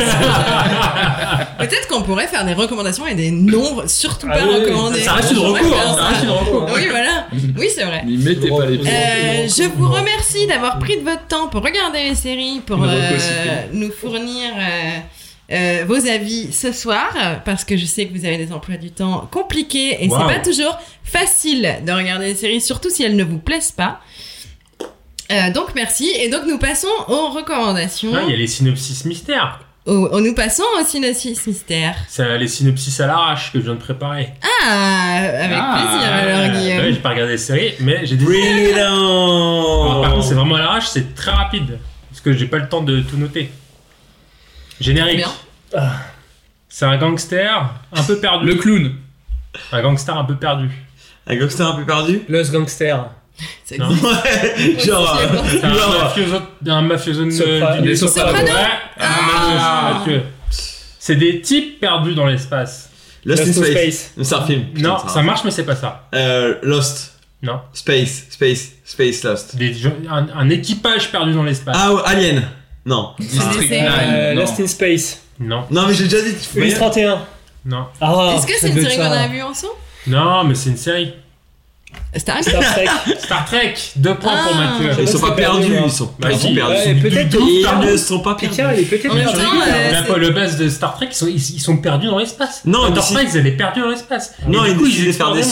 Peut-être qu'on pourrait faire des recommandations et des noms surtout Ah pas oui, oui, recommandés. ça reste une On pourrait reco, faire hein, ça reste une reco. Oui, voilà. Oui, c'est vrai. N'y mettez pas les pieds. Euh, je vous remercie d'avoir pris de votre temps pour regarder les séries, pour Une reco euh, cyclée. nous fournir euh, euh, vos avis ce soir, parce que je sais que vous avez des emplois du temps compliqués et Wow. c'est pas toujours facile de regarder les séries, surtout si elles ne vous plaisent pas. Euh, donc merci, et donc nous passons aux recommandations. Ah, il y a les synopsis mystères. Au- au- nous passons au synopsis mystère. C'est les synopsis à l'arrache que je viens de préparer. Ah, avec Ah, plaisir alors Guillaume. Ouais, j'ai pas regardé les séries, mais j'ai des. Brillant. Alors, par contre, c'est vraiment à l'arrache, c'est très rapide. Parce que j'ai pas le temps de tout noter. Générique. Bien. Ah. C'est un gangster un peu perdu. Le clown. Un gangster un peu perdu. Un gangster un peu perdu. Los Gangster. Ça Non. existe. Ouais, genre. Ouais, euh, C'est un genre, mafioso, un mafioso Sopra- du des Sopranos. Ouais, Ah. un mafieux. C'est des types perdus dans l'espace. Lost in Lost in Space. Space. Mais c'est un film. putain, Non, c'est un ça film. marche, mais c'est pas ça. Euh, Lost. Non. Space. Space. Space Lost. Des gens- un, un équipage perdu dans l'espace. Ah, ouais, Alien. Non. District c'est- nine. Euh, non. Lost in Space. Non, Non, mais j'ai déjà dit. tu fais Ulysse rien. trente et un. non, Ah, Est-ce que ça c'est une doit être série qu'on ça. a vue ensemble non, mais c'est une série. Star Star Trek. Star Trek, deux points pour Ah. Mathieu. Ils sont pas C'est perdu, perdus, moi. ils sont Bah pas ils si, sont perdus. ouais, Ils sont peut-être du- qu'ils Ils perdent. ne sont pas perdus. Putain, elle est peut-être En même perdue. temps, euh, La- c'est- le base de Star Trek, ils sont, ils, ils sont perdus dans l'espace. Non, mais Enterprise, si- elle est perdue dans l'espace. Non, Et ils du coup, décident de faire explorent des le sauts. monde.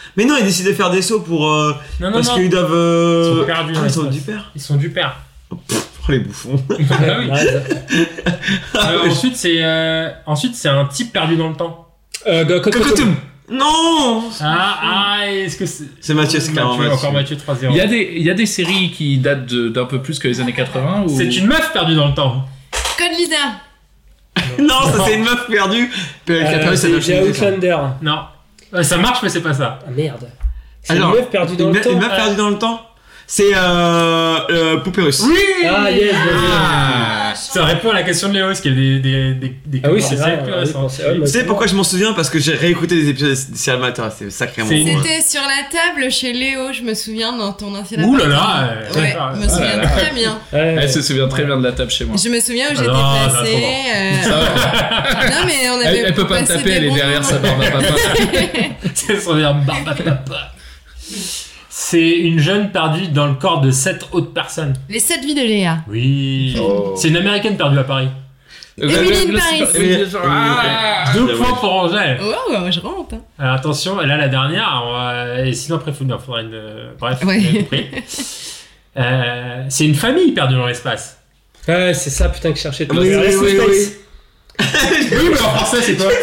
Mais non, ils décident de faire des sauts pour. Euh, Non, non, parce non. qu'ils doivent. Euh... Ils sont perdus. Ah, dans ils sont l'espace. du père. Ils sont du père. Oh, les bouffons. Ah oui. Euh, ensuite, c'est euh, ensuite c'est un type perdu dans le temps. Euh, Cocotum. Non. Ah, ah, est-ce que c'est. C'est Mathieu, c'est clairement Mathieu, Mathieu. encore Mathieu trois zéro. Il y, a des, il y a des séries qui datent de- d'un peu plus que les années quatre-vingts. Ou... C'est une meuf perdue dans le temps. Code Lisa. Non, ça c'est une meuf perdue. Puis avec la Euh, période, ça c'est doit j'ai changer, ça. Outlander. Non. Euh, Ça marche, mais c'est pas ça. Ah merde. C'est Alors, une meuf perdue dans une le me- temps. Une meuf perdue dans le temps. C'est euh, euh, Poupée russe. Oui. Ah yes, vas-y. Ah, ça répond à la question de Léo, parce qu'il y a des, des, des, des Ah oui, c'est vrai. plus on avait récents. pensé. Ah, Tu bah, sais pourquoi je m'en souviens? Parce que j'ai réécouté des épisodes des séries amateurs, c'est sacrément C'est- drôle. C'était sur la table chez Léo, je me souviens, dans ton ancien Ouh là appartement. là, Ouais, euh, je me souviens là là. très bien. Ouais, Elle se souvient très bien de la table chez moi. Je me souviens où j'étais non, non, placée. trop bon. euh, Ça va. Non, mais on avait Elle, elle peut pas me passé taper, des elle est bons derrière moments. sa barbe à papa. C'est son verbe barbe à papa. C'est une jeune perdue dans le corps de sept autres personnes. Les sept vies de Léa. Oui. Oh. C'est une américaine perdue à Paris. Emily in Le- Paris. le- Ah. Deux points pour Angèle. Oh, je rentre. hein. Alors attention, là la dernière, on va- et sinon après il faudra une. Bref, Ouais. vous avez compris. Euh, c'est une famille perdue dans l'espace. Ouais, c'est ça, putain, que je cherchais. Oui, oui, oui, oui. Oui, mais en français c'est pas.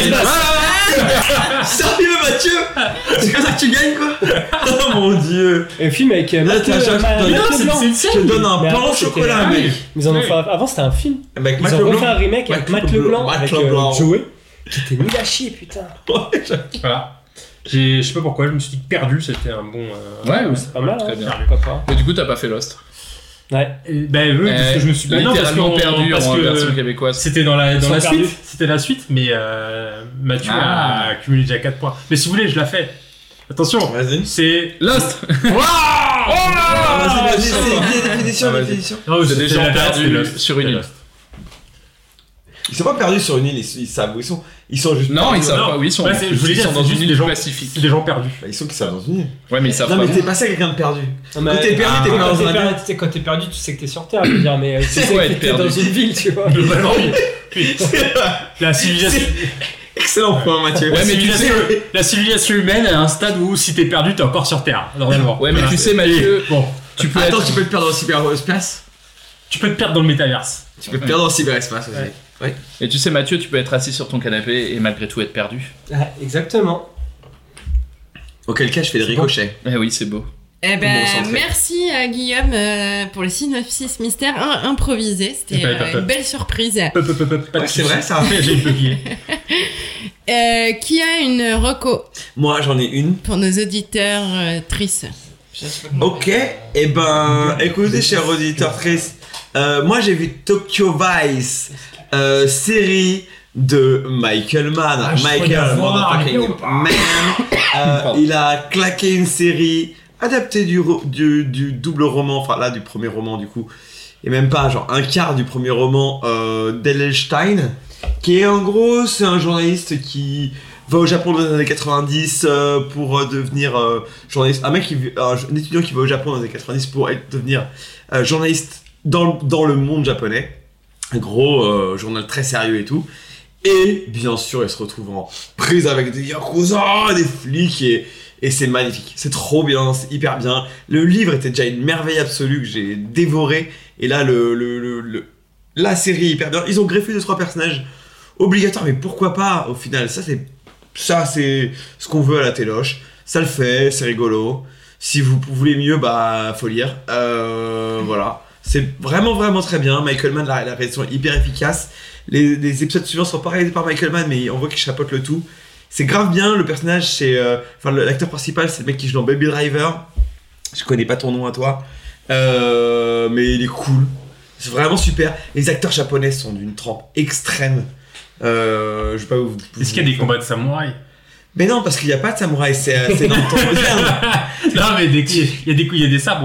Sérieux, Mathieu? C'est comme ça que tu gagnes, quoi? Oh mon dieu. Un film avec euh, Là, Matt t'as Le- cherché- Matt t'as- Le non, Blanc. c'est- c'est une Je te série. donne un Mais pain avant, au c'était- chocolat, ah oui. mec. Ils en ont Oui. fait. Avant, c'était un film. Avec Ils Matt ont Leblanc. refait un remake avec Matt Matt Leblanc, Matt avec Leblanc. euh, Joey, qui était nul à chier, putain. Voilà. J'ai- Je sais pas pourquoi, je me suis dit que perdu c'était un bon. euh, Ouais, oui, C'est pas mal, Très hein. bien. Pourquoi pas. Mais du coup, t'as pas fait Lost. Ouais. Et- Ben oui, parce que je me suis. Ben non, parce littéralement qu'on- perdu parce en que version québécoise. C'était dans la, Ils dans sont la perdus. suite. C'était la suite, mais euh, Mathieu Ah. a cumulé déjà quatre points. Mais si vous voulez, je la fais. Attention, Vas-y. c'est. Lost. Ah, vas-y, vas-y, c'est- c'est une définition, Ah, une vas-y. définition. Non, C'est des c'était gens la- perdus c'était Lost. sur une C'était île. Lost. Ils sont pas perdus sur une île, ils, ils savent où ils sont. Ils sont juste. Non, ils perdus. savent Non. pas où ils sont. Ouais, c'est- je voulais Ils dire, sont c'est dans juste une des île gens- pacifique. C'est des gens perdus. Bah, ils sont qu'ils savent dans une île. Ouais, mais ils savent Non, pas. mais t'es passé à quelqu'un de perdu. Non, mais- Quand t'es perdu, Ah, t'es quand dans t'es un perdu, avion. tu sais, quand t'es perdu, tu sais que t'es sur Terre, je veux dire, mais euh, tu C'est sais quoi que être t'es perdu dans une ville, tu vois. Globalement, oui. Oui. La civilisation. Excellent point, Mathieu. La Ouais, mais tu civilisation, sais- la civilisation humaine est à un stade où si t'es perdu, t'es encore sur Terre, normalement. Ouais, mais Voilà. tu sais, Mathieu, Bon, tu peux Attends, être. tu peux te perdre dans le cyberespace. tu peux te perdre dans le métaverse. Tu peux te perdre dans le cyberespace aussi. Ouais. Ouais. Et tu sais, Mathieu, tu peux être assis sur ton canapé et malgré tout être perdu. Ah, exactement. Auquel cas, je fais le ricochet. Eh oui, c'est beau. Eh ben, Bon, centré. merci à Guillaume euh, pour le synopsis mystère im- improvisé. C'était Pas- pas- euh, pas- une belle surprise. Peu, peu, peu, peu, pas de Ouais, c'est soucis. vrai, ça. J'ai une coquille. Euh, qui a une reco Moi, j'en ai une. pour nos auditeurs euh, tristes? Ok, et ben, écoutez, chers auditeurs tristes, euh, moi j'ai vu Tokyo Vice, euh, série de Michael Mann. Ah, je crois Michael la voir, motherfucking mais pas. Mann. Euh, il a claqué une série adaptée du, ro- du, du double roman, enfin là du premier roman du coup, et même pas genre un quart du premier roman euh, d'L L Stein, qui est en gros, c'est un journaliste qui va au Japon dans les années quatre-vingt-dix euh, pour euh, devenir euh, journaliste. Un mec, qui, un, un étudiant qui va au Japon dans les années quatre-vingt-dix pour être, devenir euh, journaliste dans, dans le monde japonais. Un gros euh, journal très sérieux et tout. Et bien sûr, il se retrouve en prise avec des yakuza, des flics et, et c'est magnifique. C'est trop bien, c'est hyper bien. Le livre était déjà une merveille absolue que j'ai dévoré. Et là, le, le, le, le- la série est hyper bien. Ils ont greffé deux trois personnages obligatoires, mais pourquoi pas au final? Ça, c'est ça c'est ce qu'on veut à la téloche. Ça le fait, c'est rigolo. Si vous voulez mieux, bah faut lire. Euh, voilà. C'est vraiment vraiment très bien. Michael Mann, la, la réalisation est hyper efficace. Les, les épisodes suivants sont pas réalisés par Michael Mann, mais on voit qu'il chapeaute le tout. C'est grave bien. Le personnage, c'est... euh, Enfin, le- l'acteur principal, c'est le mec qui joue dans Baby Driver. Je connais pas ton nom à toi. Euh, mais il est cool. C'est vraiment super. Les acteurs japonais sont d'une trempe extrême. Euh, je vais pas vous... Est-ce qu'il y a des combats de samouraïs? Mais non, parce qu'il n'y a pas de samouraï, c'est, c'est dans le temps moderne. Non, mais des- il y a des coups, il y a des sabres ou pas?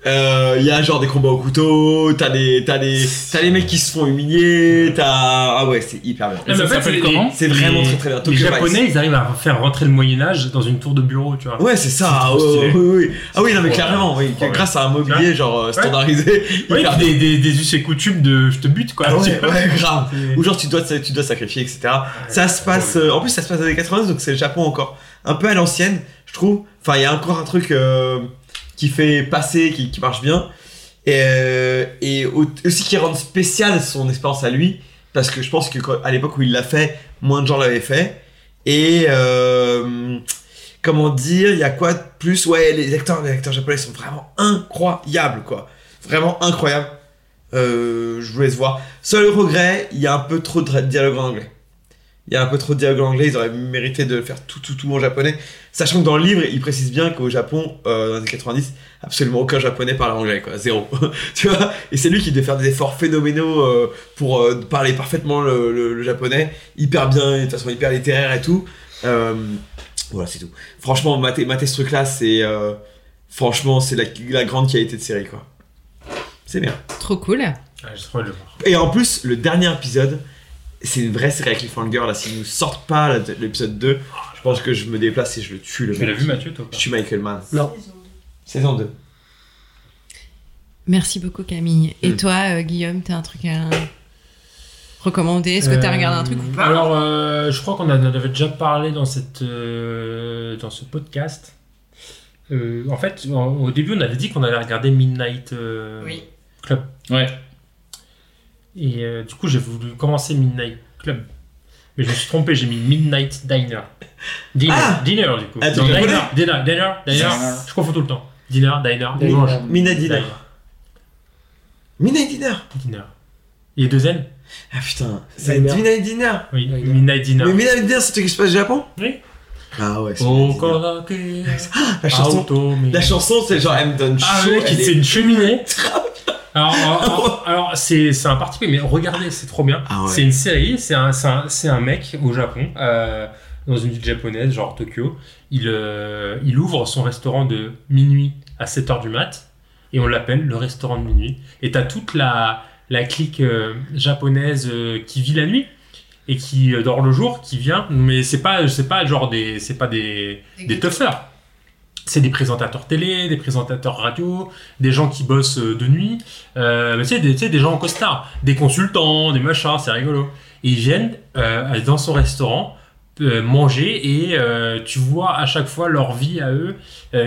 Euh, Il y a genre des combats au couteau, t'as des, t'as des, t'as les mecs qui se font humilier, t'as, ah ouais, c'est hyper bien. Mais ça en fait, s'appelle c'est- comment les- C'est vraiment les- très très bien. Les Tokyo Japonais, Vice. ils arrivent à faire rentrer le Moyen-Âge dans une tour de bureau, tu vois. Ouais, c'est ça. C'est trop ouais, stylé. oui, oui. Ah oui, non mais Ouais. clairement, oui. Ouais. Grâce à un mobilier genre euh, Ouais. standardisé. Ouais, hyper des, des, des us et coutumes de je te bute, quoi. Ah tu ouais, vois. ouais, grave. Ou genre tu dois, tu dois sacrifier, et cetera. Ça se passe. euh, en plus, ça se passe dans les années quatre-vingt-dix, donc c'est le Japon encore un peu à l'ancienne, je trouve. Enfin, il y a encore un truc euh, qui fait passer, qui, qui marche bien, et, euh, et au- aussi qui rend spécial son expérience à lui, parce que je pense que quand- à l'époque où il l'a fait, moins de gens l'avaient fait. Et euh, comment dire, il y a quoi de plus? Ouais, les acteurs, les acteurs japonais sont vraiment incroyables, quoi. Vraiment incroyables. Euh, je vous laisse voir. Seul regret, il y a un peu trop de dialogue en anglais. Il y a un peu trop de dialogue en anglais, ils auraient mérité de faire tout, tout, tout en japonais. Sachant que dans le livre, il précise bien qu'au Japon, euh, dans les années quatre-vingt-dix, absolument aucun japonais parle anglais, quoi. Zéro. Tu vois? Et c'est lui qui devait faire des efforts phénoménaux euh, pour euh, parler parfaitement le, le- le japonais. Hyper bien, de façon hyper littéraire et tout. Euh, voilà, c'est tout. Franchement, mater, mater ce truc-là, c'est. euh, franchement, c'est la, la grande qualité de série, quoi. C'est bien. Trop cool. Ouais, j'ai trop hâte de le voir. Et en plus, le dernier épisode, c'est une vraie série à cliffhanger. Là, s'ils nous sortent pas là, de l'épisode deux, je pense que je me déplace et je le tue. Le Tu mec. l'as vu, Mathieu, toi, ou pas? Je suis Michael Mann. Non. Saison deux. Merci beaucoup Camille. Et Mm. toi euh, Guillaume, t'as un truc à recommander? Est-ce que t'as Euh, regardé un truc ou pas? Alors, euh, je crois qu'on en avait déjà parlé dans, cette, euh, dans ce podcast. Euh, en fait, en- au début, on avait dit qu'on allait regarder Midnight euh, Oui. Club. Ouais. Et euh, du coup, j'ai voulu commencer Midnight Club. Mais je me suis trompé, j'ai mis Midnight Diner. Dinner, Ah dinner du coup. Ah, tu Non, le diner, connais dinner, dinner, diner. Je confonds tout le temps. Dinner, diner, on Diner. mange. Midnight Dinner. Midnight Dinner. Diner. Il y a deux N. Ah putain, c'est Diner. Midnight Dinner. Oui, Midnight Dinner. Mais Midnight Dinner, c'est un truc qui se passe au Japon? Oui. Ah ouais, c'est Oh, Midnight Dinner. Karaké. La chanson, Auto, mais- la chanson, c'est genre elle me donne chaud. Ah ouais, elle c'est est- une cheminée. Alors, alors, alors, alors, c'est c'est un parti, mais regardez, c'est trop bien. Ah ouais. C'est une série, c'est un, c'est un, c'est un mec au Japon, euh, dans une ville japonaise, genre Tokyo. Il, euh, il ouvre son restaurant de minuit à sept heures du mat, et on l'appelle le restaurant de minuit. Et t'as toute la, la clique euh, japonaise euh, qui vit la nuit et qui euh, dort le jour, qui vient, mais c'est pas, c'est pas genre des, c'est pas des, des toughers. C'est des présentateurs télé, des présentateurs radio, des gens qui bossent euh, de nuit, euh, mais tu sais, des, tu sais, des gens en costard, des consultants, des machins, c'est rigolo. Et ils viennent euh, dans son restaurant euh, manger et euh, tu vois à chaque fois leur vie à eux. Euh,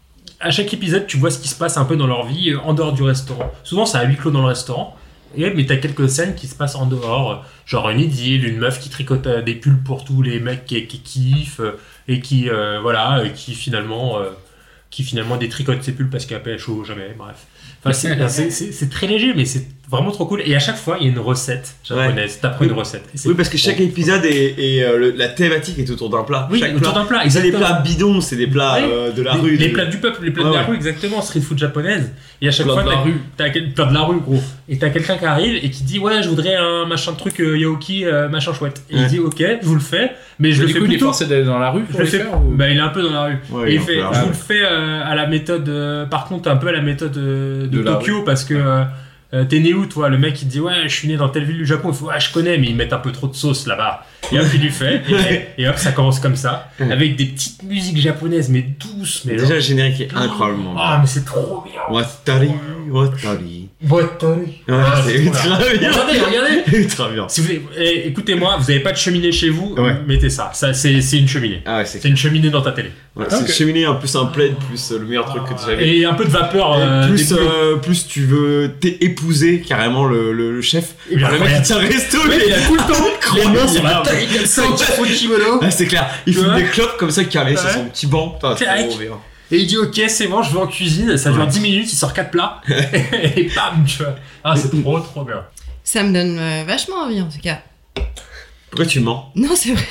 à chaque épisode, tu vois ce qui se passe un peu dans leur vie euh, en dehors du restaurant. Souvent, c'est à huis clos dans le restaurant. Et, mais t'as quelques scènes qui se passent en dehors, genre une idylle, une meuf qui tricote euh, des pulls pour tous les mecs qui, qui kiffent euh, et qui euh, voilà, euh, qui finalement euh, qui finalement détricote ses pulls parce qu'elle a chaud jamais, bref. Enfin, c'est, c'est, c'est, c'est très léger, mais c'est vraiment trop cool. Et à chaque fois, il y a une recette japonaise. T'apprends une recette. Et c'est Oui, parce que chaque trop épisode est, est, euh, le- la thématique est autour d'un plat. Oui, Chaque autour plat. d'un plat, C'est des exactement. plats bidons, c'est des plats Ouais. euh, de la les, rue. les de- plats du peuple, les plats Ouais, de la ouais. rue, exactement, street food japonaise. Et à chaque Plats fois, de la t'as, rue. t'as quel- plats de la rue, gros. Et t'as quelqu'un qui arrive et qui dit ouais, je voudrais un machin de truc euh, yaoki, euh, machin chouette. Et il Ouais. dit ok, je vous le fais, mais je Mais le du fais coup, il est plutôt. forcé d'aller dans la rue Je pour le le fais. faire ou- Bah, il est un peu dans la rue. Ouais, et il est il un peu fait, dans la je rue. vous le fais euh, à la méthode, euh, par contre, un peu à la méthode euh, de, De la Tokyo, parce que euh, euh, t'es né où, toi? Le mec il te dit ouais, je suis né dans telle ville du Japon. Il fait ouais, je connais, mais ils mettent un peu trop de sauce là-bas. Et hop, il lui fait. Et, et hop, ça commence comme ça, avec des petites musiques japonaises, mais douces. Mais Déjà, genre- le générique est incroyablement Ah, mais c'est trop bien. Watari, Watari. Watari. Ouais, Ah, c'est c'est ultra trop bien. bien. Regardez, regardez. Ultra bien. Si vous avez- eh, écoutez-moi, vous n'avez pas de cheminée chez vous, Ouais. mettez ça. Ça, c'est, c'est une cheminée. Ah ouais, c'est C'est une cheminée dans ta télé. Ouais, Ah, c'est ok. une cheminée, en plus un plaid, plus euh, le meilleur truc que tu avais. Et un peu de vapeur. euh, plus, des boulots. euh, plus tu veux t'es épouser carrément le, le, le chef. Et bien, le mec qui incroyable. tient le resto, Ouais, il a tout le temps les mains sur la Incroyable. taille comme ça, il faut le kimono. Ah, c'est clair, il Tu fume vois des clopes comme ça carré sur Ouais. son petit banc. Putain, c'est Tac. trop bien. Et il dit ok, c'est bon, je vais en cuisine. Ça dure Ouais. dix minutes, il sort quatre plats. Et bam, tu vois. Ah, c'est trop, trop bien. Ça me donne euh, vachement envie en tout cas. Pourquoi tu mens? Non, c'est vrai.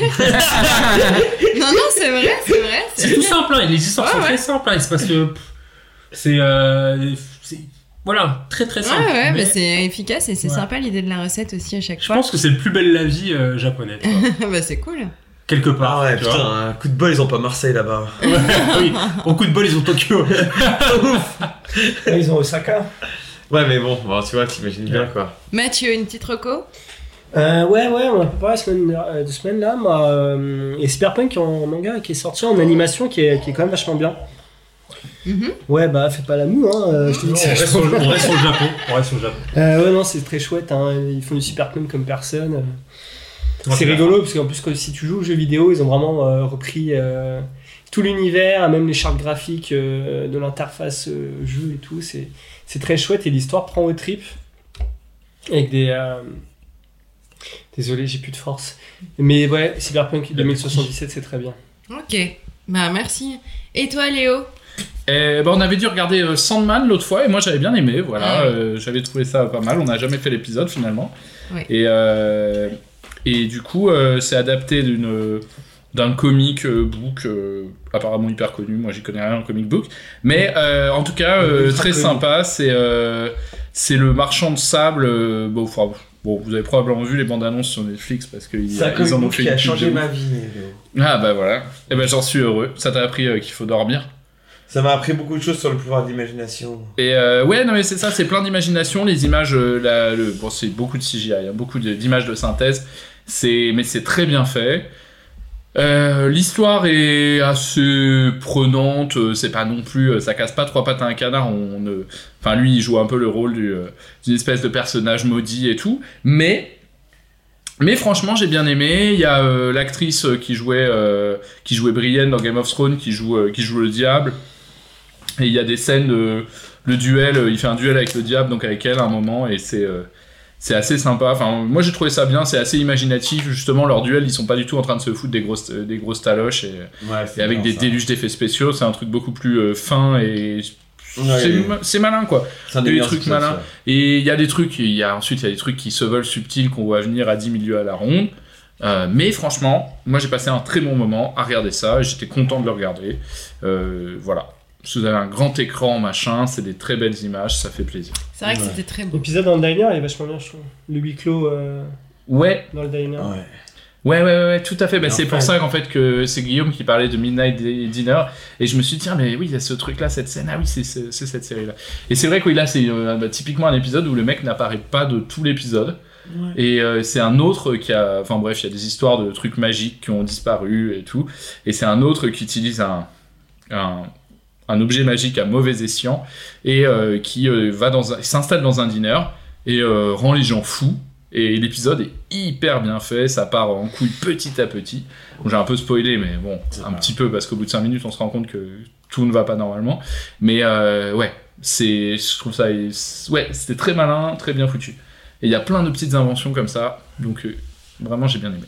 non, non, c'est vrai, c'est vrai. C'est tout simple, hein. Les histoires Ouais, sont ouais. très simples. Hein. C'est parce que pff, c'est, euh, c'est. Voilà, très très Ouais, simple. ouais, Mais mais c'est efficace et c'est Ouais. sympa l'idée de la recette aussi à chaque je fois. pense que c'est le plus belle la vie euh, japonais. tu vois. bah, c'est cool. quelque part. Ah ouais, tu putain, vois. un coup de bol, ils ont pas Marseille là-bas. Ouais, oui, au coup de bol, ils ont Tokyo. Là, ils ont Osaka. Ouais, mais bon, bon tu vois, t'imagines bien quoi. Mathieu, une petite reco? Euh, ouais, ouais, on a préparé la semaine, euh, deux semaines là. Moi, euh, et Cyberpunk en manga qui est sorti en animation qui est, qui est quand même vachement bien. Mm-hmm. Ouais, bah fais pas la moue, hein. euh, je te dis Non, que on, c'est reste sur, on reste sur le Japon. On reste sur le Japon. Euh, ouais, non, c'est très chouette, hein. Ils font du Cyberpunk comme personne. Ouais, C'est c'est rigolo parce qu'en plus, quand, si tu joues aux jeux vidéo, ils ont vraiment euh, repris euh, tout l'univers, même les chartes graphiques euh, de l'interface euh, jeu et tout. C'est, c'est très chouette et l'histoire prend aux tripes. Avec des. Euh... Désolé, j'ai plus de force. Mais ouais, Cyberpunk deux mille soixante-dix-sept, c'est très bien. Ok, bah merci. Et toi, Léo? Et ben, on avait dû regarder euh, Sandman l'autre fois et moi j'avais bien aimé, voilà, Ah oui. euh, j'avais trouvé ça pas mal, on n'a jamais fait l'épisode finalement. Oui. Et, euh, et du coup euh, c'est adapté d'une, d'un comic euh, book euh, apparemment hyper connu, moi j'y connais rien en comic book, mais euh, en tout cas euh, Ultra très connu. sympa, c'est, euh, c'est le marchand de sable, euh, bon, enfin, bon vous avez probablement vu les bandes annonces sur Netflix parce qu'ils C'est un ils en comic ont book fait qui une a pub changé de ma ouf. vie. Léo. Ah bah voilà, et ben j'en suis heureux, ça t'a appris euh, qu'il faut dormir. Ça m'a appris beaucoup de choses sur le pouvoir de l'imagination. Et euh, ouais, non mais c'est ça, c'est plein d'imagination, les images, euh, la, le, bon c'est beaucoup de C G I, il y a beaucoup de- d'images de synthèse, c'est, mais c'est très bien fait. Euh, l'histoire est assez prenante, euh, c'est pas non plus, euh, ça casse pas trois pattes à un canard, on ne, enfin lui il joue un peu le rôle du, euh, d'une espèce de personnage maudit et tout, mais mais franchement j'ai bien aimé. Il y a euh, l'actrice euh, qui jouait euh, qui jouait Brienne dans Game of Thrones qui joue euh, qui joue le diable. Et il y a des scènes de le duel, euh, il fait un duel avec le diable, donc avec elle à un moment, et c'est euh, c'est assez sympa. Enfin, moi j'ai trouvé ça bien, c'est assez imaginatif. Justement, leurs duels, ils sont pas du tout en train de se foutre des grosses euh, des grosses taloches et, Ouais, c'est et avec bien, des ça. déluges d'effets spéciaux. C'est un truc beaucoup plus euh, fin et Ouais, c'est, ouais. ma- c'est malin quoi. C'est un Il y a des des meilleurs trucs épisodes, malins. ça. Et il y a des trucs, il y a ensuite il y a des trucs qui se veulent subtils qu'on voit venir à dix mille lieues à la ronde. Euh, mais franchement, moi j'ai passé un très bon moment à regarder ça, et j'étais content de le regarder. Euh, voilà. Si vous avez un grand écran, machin, c'est des très belles images, ça fait plaisir. C'est vrai que Ouais. c'était très beau. L'épisode dans le diner, il est vachement bien, je trouve. Le huis clos euh, Ouais. dans le diner. Ouais. Ouais, ouais, ouais, ouais, tout à fait. Bah, Et c'est enfin- pour ça qu'en fait que c'est Guillaume qui parlait de Midnight Dinner, et je me suis dit tiens mais oui il y a ce truc là, cette scène, ah oui c'est, c'est, c'est cette série là. Et c'est vrai que oui, là c'est euh, bah, typiquement un épisode où le mec n'apparaît pas de tout l'épisode. Ouais. Et euh, c'est un autre qui a, enfin bref, il y a des histoires de trucs magiques qui ont disparu et tout. Et c'est un autre qui utilise un, un, un objet magique à mauvais escient et euh, qui euh, va dans un, s'installe dans un diner et euh, rend les gens fous. Et l'épisode est hyper bien fait, ça part en couille petit à petit. Bon, j'ai un peu spoilé, mais bon, un petit peu parce qu'au bout de cinq minutes, on se rend compte que tout ne va pas normalement. Mais euh, ouais, c'est, je trouve ça, ouais, c'était très malin, très bien foutu. Et il y a plein de petites inventions comme ça, donc euh, vraiment j'ai bien aimé.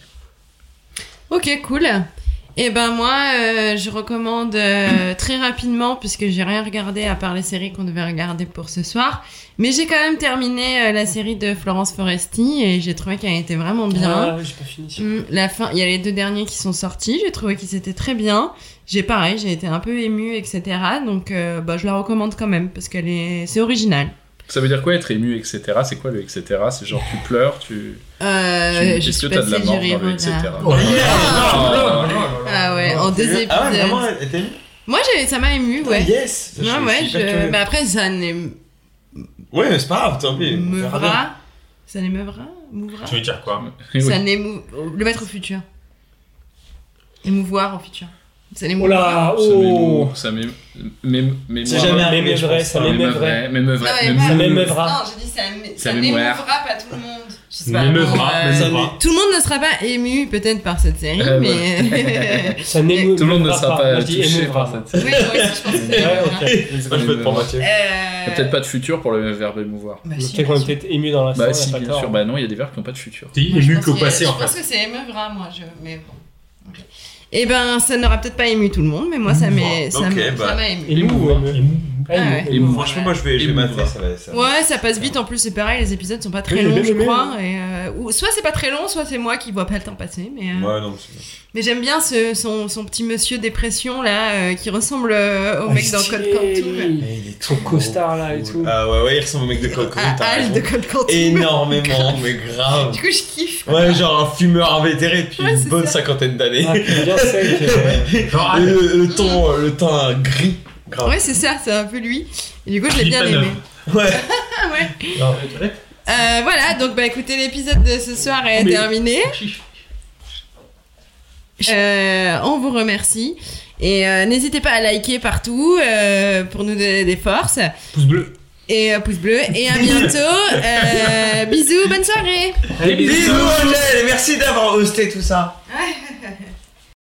Ok, cool. Et ben moi, euh, je recommande euh, très rapidement, puisque j'ai rien regardé à part les séries qu'on devait regarder pour ce soir. Mais j'ai quand même terminé euh, la série de Florence Foresti et j'ai trouvé qu'elle était vraiment bien. Ah, j'ai pas fini. Mm, la fin, il y a les deux derniers qui sont sortis. J'ai trouvé qu'ils étaient très bien. J'ai pareil, j'ai été un peu émue, et cetera. Donc, euh, bah, je la recommande quand même parce qu'elle est, c'est original. Ça veut dire quoi être ému, et cetera. C'est quoi le et cetera? C'est genre tu pleures, tu. Euh, tu... je Est-ce suis que t'as de la passée mort du dans le rire et cetera? au Oh, drame. oh, Ah ouais, en deux épisodes. Ah ouais, vraiment, elle était émue. Moi, j'ai, ça m'a ému, ouais. Yes. Ça, je Ouais, suis- ouais, je suis hyper je- curieux. mais après, ça n'émeuvra. Ouais, mais c'est pas grave, tant pis. on verra bien. Ça n'émeuvra Mouvra Tu veux dire quoi? Ça n'émou... Le mettre au futur. Émouvoir au futur. Ça Oh n'émouvra. là, Ça oh. m'émeut- ça m'émeut- m'émeut- m'émeut- C'est jamais arrivé, je pense. Ça m'émeuvrait. m'émeuvrait, Non, mais m'émeuvrait. pas- Ça m'émeuvra. Non, j'ai dit ça, m'é- Ça ça m'émeuvra. n'émouvra pas tout le monde. Je sais pas. M'émeuvra, bon, euh, m'émeuvra. Tout le monde ne sera pas ému peut-être par cette série, Euh, mais... Ça n'émeut- Tout le monde ne m'émeuvra sera pas Moi, je dis touché émeuvra. par cette Oui, moi aussi, je pense que c'est Ouais, émouvra. ok. Moi, je vote pour Mathieu. Euh, Il y a peut-être pas de futur pour le verbe émouvoir. Bah, si, Peut-être qu'on bien est sûr. peut-être ému dans la Bah fin, si, on a pas bien tort. sûr. Bah non, il y a des verbes qui n'ont pas de futur. T'es Moi, je ému pense qu'au qu'il y a- passé en Je pense fait. que c'est émeuvra, moi. Je... Mais bon. Ok. Eh ben, ça n'aura peut-être pas ému tout le monde, mais moi, ça m'a Ok, ça m'a- bah. ça m'a ému. Ému ou ému? Ah ouais. Et Franchement, moi je vais, je vais mater, ça va. Ça va. Ouais, ça passe vite. En plus, c'est pareil, les épisodes sont pas très Oui, longs, j'ai je bien aimé, crois. Et, euh, ou, soit c'est pas très long, soit c'est moi qui vois pas le temps passer. Mais, euh, Ouais, non, c'est bien. mais j'aime bien ce, son, son petit monsieur dépression là, euh, qui ressemble euh, au Ah, mec dans stylé, Code Quantum. lui. Il est Son trop costard là et cool. tout. Ah ouais, ouais, il ressemble au mec de Code Quantum. À t'as Al raison. de Code Quantum. Énormément, mais grave. Du coup, je kiffe. Ouais, genre un fumeur invétéré depuis Ouais, une c'est bonne ça. cinquantaine d'années. Ah, puis bien sec. euh, genre, Et le, le ton, le teint gris. Grave. Ouais, c'est ça, c'est un peu lui. Et du coup, je l'ai bien aimé. Ouais. ouais. non, Euh, voilà, donc bah écoutez, l'épisode de ce soir est Mais- terminé. Euh, on vous remercie. Et euh, n'hésitez pas à liker partout euh, pour nous donner des forces. Pouce bleu. Et euh, pouce bleu. Et à bientôt. Euh, bisous, bonne soirée. Allez, bisous. Bisous, Angèle, et merci d'avoir hosté tout ça. Ouais.